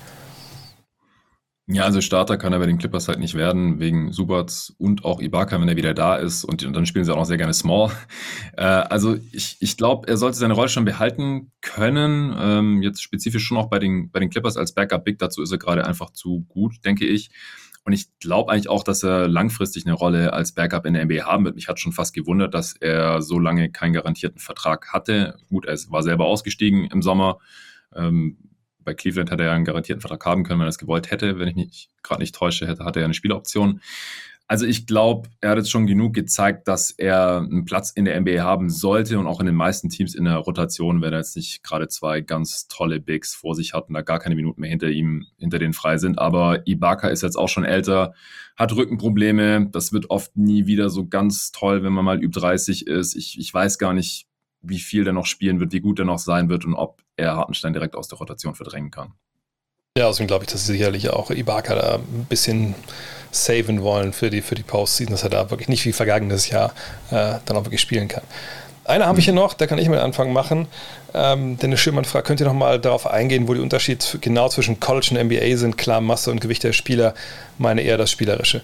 Ja, also Starter kann er bei den Clippers halt nicht werden, wegen Subats und auch Ibaka, wenn er wieder da ist. Und, und dann spielen sie auch noch sehr gerne Small. Äh, also ich, ich glaube, er sollte seine Rolle schon behalten können. Ähm, jetzt spezifisch schon auch bei den, bei den Clippers als Backup-Big. Dazu ist er gerade einfach zu gut, denke ich. Und ich glaube eigentlich auch, dass er langfristig eine Rolle als Backup in der N B A haben wird. Mich hat schon fast gewundert, dass er so lange keinen garantierten Vertrag hatte. Gut, er war selber ausgestiegen im Sommer. Ähm, Bei Cleveland hätte er einen garantierten Vertrag haben können, wenn er es gewollt hätte. Wenn ich mich gerade nicht täusche, hätte, hatte er eine Spieleroption. Also ich glaube, er hat jetzt schon genug gezeigt, dass er einen Platz in der N B A haben sollte und auch in den meisten Teams in der Rotation, wenn er jetzt nicht gerade zwei ganz tolle Bigs vor sich hat und da gar keine Minuten mehr hinter ihm, hinter denen frei sind. Aber Ibaka ist jetzt auch schon älter, hat Rückenprobleme. Das wird oft nie wieder so ganz toll, wenn man mal über dreißig ist. Ich, ich weiß gar nicht, wie viel der noch spielen wird, wie gut der noch sein wird und ob er Hartenstein direkt aus der Rotation verdrängen kann. Ja, deswegen glaube ich, dass sie sicherlich auch Ibaka da ein bisschen saven wollen für die, für die Postseason, dass er da wirklich nicht wie vergangenes Jahr äh, dann auch wirklich spielen kann. Eine habe ich hier noch, da kann ich mal den Anfang machen. Ähm, Dennis Schirmann fragt, könnt ihr noch mal darauf eingehen, wo die Unterschiede genau zwischen College und N B A sind? Klar, Masse und Gewicht der Spieler, meine eher das Spielerische.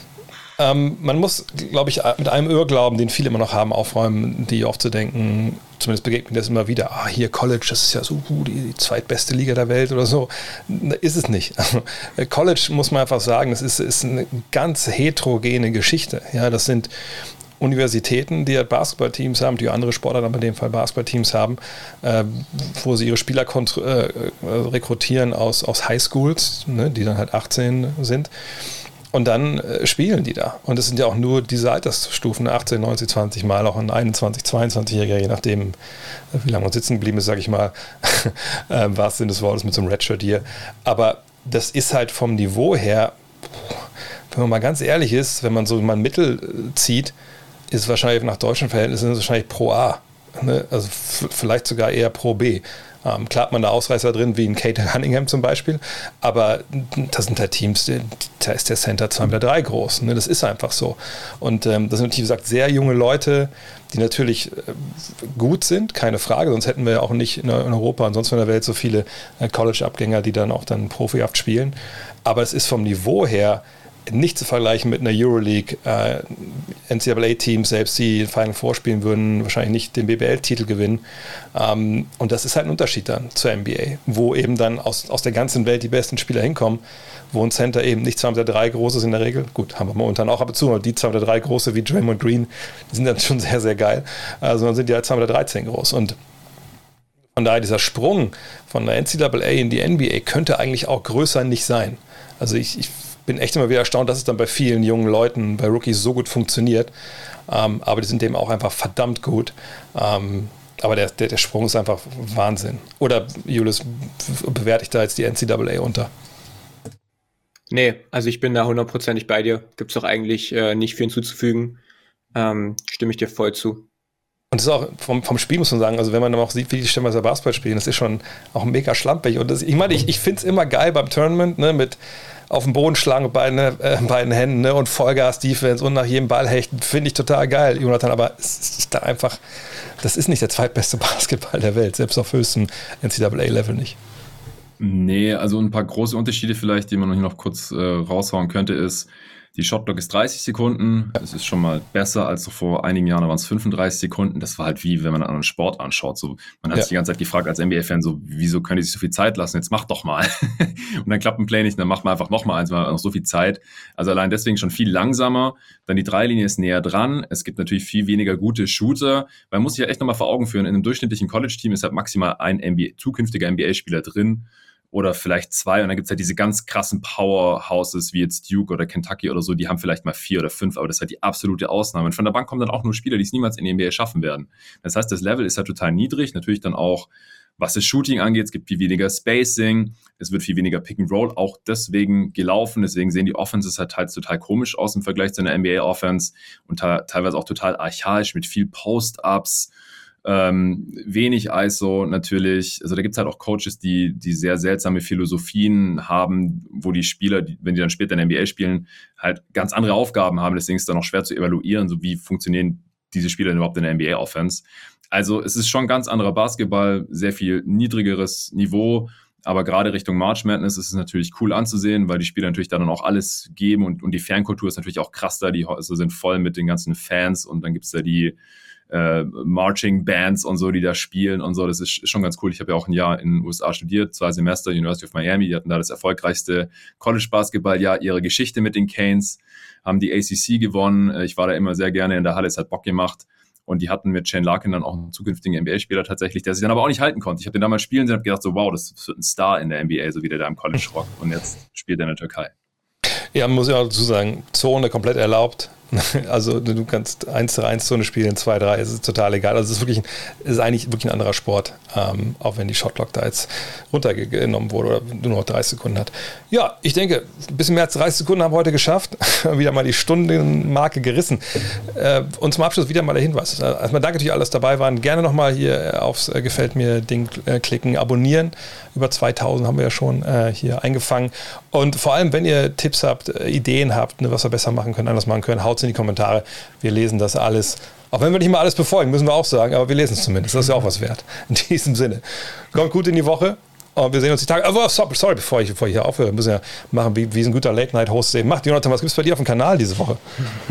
Ähm, man muss, glaube ich, mit einem Irrglauben, den viele immer noch haben, aufräumen, die oft zu denken, zumindest begegnet mir das immer wieder, ah, hier College, das ist ja so gut, die, die zweitbeste Liga der Welt oder so. Ist es nicht. Also, College, muss man einfach sagen, das ist, ist eine ganz heterogene Geschichte. Ja, das sind Universitäten, die halt Basketballteams haben, die andere Sportler dann bei dem Fall Basketballteams haben, äh, wo sie ihre Spieler kont- äh, rekrutieren aus, aus Highschools, ne, die dann halt achtzehn sind. Und dann äh, spielen die da. Und es sind ja auch nur diese Altersstufen, achtzehn, neunzehn, zwanzig Mal, auch ein einundzwanzig-, zweiundzwanzigjähriger, je nachdem, wie lange man sitzen geblieben ist, sage ich mal, äh, im wahrsten Sinne des Wortes mit so einem Redshirt hier. Aber das ist halt vom Niveau her, wenn man mal ganz ehrlich ist, wenn man so mal ein Mittel zieht, ist wahrscheinlich nach deutschen Verhältnissen ist wahrscheinlich Pro A. Ne? Also f- vielleicht sogar eher Pro B. Ähm, klar hat man da Ausreißer drin, wie in Kate Cunningham zum Beispiel, aber das sind halt Teams, da ist der Center zwei Komma drei groß. Ne? Das ist einfach so. Und ähm, das sind, wie gesagt, sehr junge Leute, die natürlich äh, gut sind, keine Frage, sonst hätten wir ja auch nicht in, in Europa und sonst in der Welt so viele äh, College-Abgänger, die dann auch dann profihaft spielen. Aber es ist vom Niveau her nicht zu vergleichen mit einer Euroleague. Äh, N C double A-Teams, selbst die Final Four spielen würden, wahrscheinlich nicht den B B L-Titel gewinnen. Ähm, und das ist halt ein Unterschied dann zur N B A, wo eben dann aus, aus der ganzen Welt die besten Spieler hinkommen, wo ein Center eben nicht zwei Komma drei groß ist in der Regel. Gut, haben wir momentan auch ab und zu, aber die zwei Komma drei große wie Draymond Green, die sind dann schon sehr, sehr geil. Also dann sind die halt zwei Komma dreizehn groß. Und von daher dieser Sprung von der N C double A in die N B A könnte eigentlich auch größer nicht sein. Also ich, ich bin echt immer wieder erstaunt, dass es dann bei vielen jungen Leuten, bei Rookies so gut funktioniert. Ähm, aber die sind eben auch einfach verdammt gut. Ähm, aber der, der, der Sprung ist einfach Wahnsinn. Oder, Julius, bewerte ich da jetzt die N C double A unter? Nee, also ich bin da hundertprozentig bei dir. Gibt es auch eigentlich äh, nicht viel hinzuzufügen. Ähm, stimme ich dir voll zu. Und das ist auch vom, vom Spiel, muss man sagen, also wenn man dann auch sieht, wie die Stemmerser Basketball spielen, das ist schon auch mega schlampig. Und das, ich meine, ich, ich finde es immer geil beim Tournament, ne, mit auf dem Boden schlagen mit beiden, äh, beiden Händen, ne, und Vollgas-Defense und nach jedem Ball hechten, finde ich total geil, Jonathan, aber es ist da einfach, das ist nicht der zweitbeste Basketball der Welt, selbst auf höchstem N C double A-Level nicht. Nee, also ein paar große Unterschiede vielleicht, die man hier noch kurz äh, raushauen könnte, ist, die Shotclock ist dreißig Sekunden. Das ist schon mal besser als so vor einigen Jahren, da waren es fünfunddreißig Sekunden. Das war halt wie, wenn man einen anderen Sport anschaut. So, man hat ja. sich die ganze Zeit gefragt als N B A-Fan, so, wieso können die sich so viel Zeit lassen? Jetzt mach doch mal. Und dann klappt ein Play nicht, dann macht man einfach noch mal eins, weil man hat noch so viel Zeit. Also allein deswegen schon viel langsamer. Dann die Dreilinie ist näher dran. Es gibt natürlich viel weniger gute Shooter. Man muss sich ja echt nochmal vor Augen führen, in einem durchschnittlichen College-Team ist halt maximal ein N B A, zukünftiger N B A-Spieler drin. Oder vielleicht zwei. Und dann gibt es halt diese ganz krassen Powerhouses wie jetzt Duke oder Kentucky oder so, die haben vielleicht mal vier oder fünf, aber das ist halt die absolute Ausnahme. Und von der Bank kommen dann auch nur Spieler, die es niemals in die N B A schaffen werden. Das heißt, das Level ist halt total niedrig. Natürlich dann auch, was das Shooting angeht, es gibt viel weniger Spacing, es wird viel weniger Pick and Roll, auch deswegen gelaufen. Deswegen sehen die Offenses halt teils total komisch aus im Vergleich zu einer N B A-Offense und ta- teilweise auch total archaisch mit viel Post-Ups. Ähm, wenig I S O natürlich, also da gibt es halt auch Coaches, die, die sehr seltsame Philosophien haben, wo die Spieler, die, wenn die dann später in der N B A spielen, halt ganz andere Aufgaben haben, deswegen ist es dann auch schwer zu evaluieren, so wie funktionieren diese Spieler überhaupt in der N B A-Offense. Also es ist schon ganz anderer Basketball, sehr viel niedrigeres Niveau, aber gerade Richtung March Madness ist es natürlich cool anzusehen, weil die Spieler natürlich dann auch alles geben und, und die Fankultur ist natürlich auch krass da, die also sind voll mit den ganzen Fans und dann gibt es da die Äh, Marching Bands und so, die da spielen und so, das ist, ist schon ganz cool. Ich habe ja auch ein Jahr in den U S A studiert, zwei Semester, University of Miami, die hatten da das erfolgreichste College-Basketball-Jahr ihrer Geschichte mit den Canes, haben die A C C gewonnen, ich war da immer sehr gerne in der Halle, es hat Bock gemacht und die hatten mit Shane Larkin dann auch einen zukünftigen N B A-Spieler tatsächlich, der sich dann aber auch nicht halten konnte. Ich habe den damals spielen sehen und habe gedacht so, wow, das wird ein Star in der N B A, so wie der da im College rockt und jetzt spielt er in der Türkei. Ja, muss ich auch dazu sagen, Zone komplett erlaubt. Also du kannst eins zu eins Zone spielen, zwei drei, es ist total egal. Also es ist wirklich, es ist eigentlich wirklich ein anderer Sport, ähm, auch wenn die Shotclock da jetzt runtergenommen wurde oder nur noch dreißig Sekunden hat. Ja, ich denke, ein bisschen mehr als dreißig Sekunden haben wir heute geschafft. Wieder mal die Stundenmarke gerissen. Äh, und zum Abschluss wieder mal der Hinweis. Erstmal danke, dass ihr alles dabei waren. Gerne nochmal hier aufs äh, Gefällt mir Ding äh, klicken, abonnieren. Über zweitausend haben wir ja schon äh, hier eingefangen. Und vor allem, wenn ihr Tipps habt, äh, Ideen habt, ne, was wir besser machen können, anders machen können, haut in die Kommentare. Wir lesen das alles. Auch wenn wir nicht mal alles befolgen, müssen wir auch sagen, aber wir lesen es zumindest. Das ist ja auch was wert. In diesem Sinne. Kommt gut in die Woche und wir sehen uns die Tage. Oh, sorry, sorry, bevor ich, bevor ich hier aufhöre, müssen wir machen, wie, wie es ein guter Late-Night-Host eben macht. Jonathan, was gibt es bei dir auf dem Kanal diese Woche?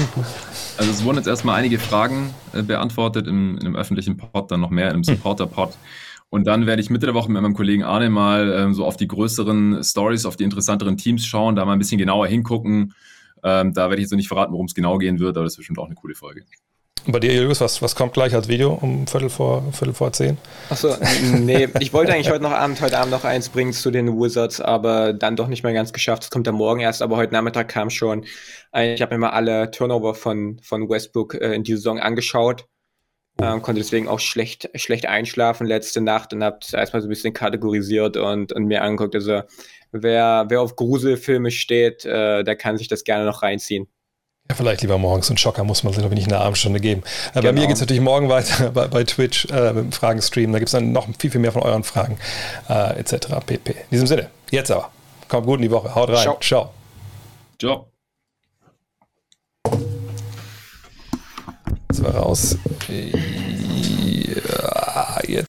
Also es wurden jetzt erstmal einige Fragen äh, beantwortet im, im öffentlichen Pod, dann noch mehr im Supporter-Pod. Und dann werde ich Mitte der Woche mit meinem Kollegen Arne mal ähm, so auf die größeren Stories, auf die interessanteren Teams schauen, da mal ein bisschen genauer hingucken. Ähm, da werde ich jetzt noch nicht verraten, worum es genau gehen wird, aber das ist bestimmt auch eine coole Folge. Und bei dir, Julius, was, was kommt gleich als Video um Viertel vor, Viertel vor zehn? Achso, nee, ich wollte eigentlich heute noch Abend, heute Abend noch eins bringen zu den Wizards, aber dann doch nicht mehr ganz geschafft. Das kommt dann morgen erst, aber heute Nachmittag kam schon. Ich habe mir mal alle Turnover von, von Westbrook äh, in dieser Saison angeschaut. Ähm, konnte deswegen auch schlecht, schlecht einschlafen letzte Nacht und habe erstmal so ein bisschen kategorisiert und, und mir angeguckt. Also wer, wer auf Gruselfilme steht, äh, der kann sich das gerne noch reinziehen. Ja, vielleicht lieber morgens. Und Schocker muss man sich, glaube ich, nicht in der Abendstunde geben. Äh, genau. Bei mir geht es natürlich morgen weiter bei, bei Twitch äh, mit dem Fragenstream. Da gibt es dann noch viel, viel mehr von euren Fragen äh, et cetera pp. In diesem Sinne, jetzt aber. Kommt gut in die Woche. Haut rein. Ciao. Ciao. Ciao. Jetzt war raus. Ja.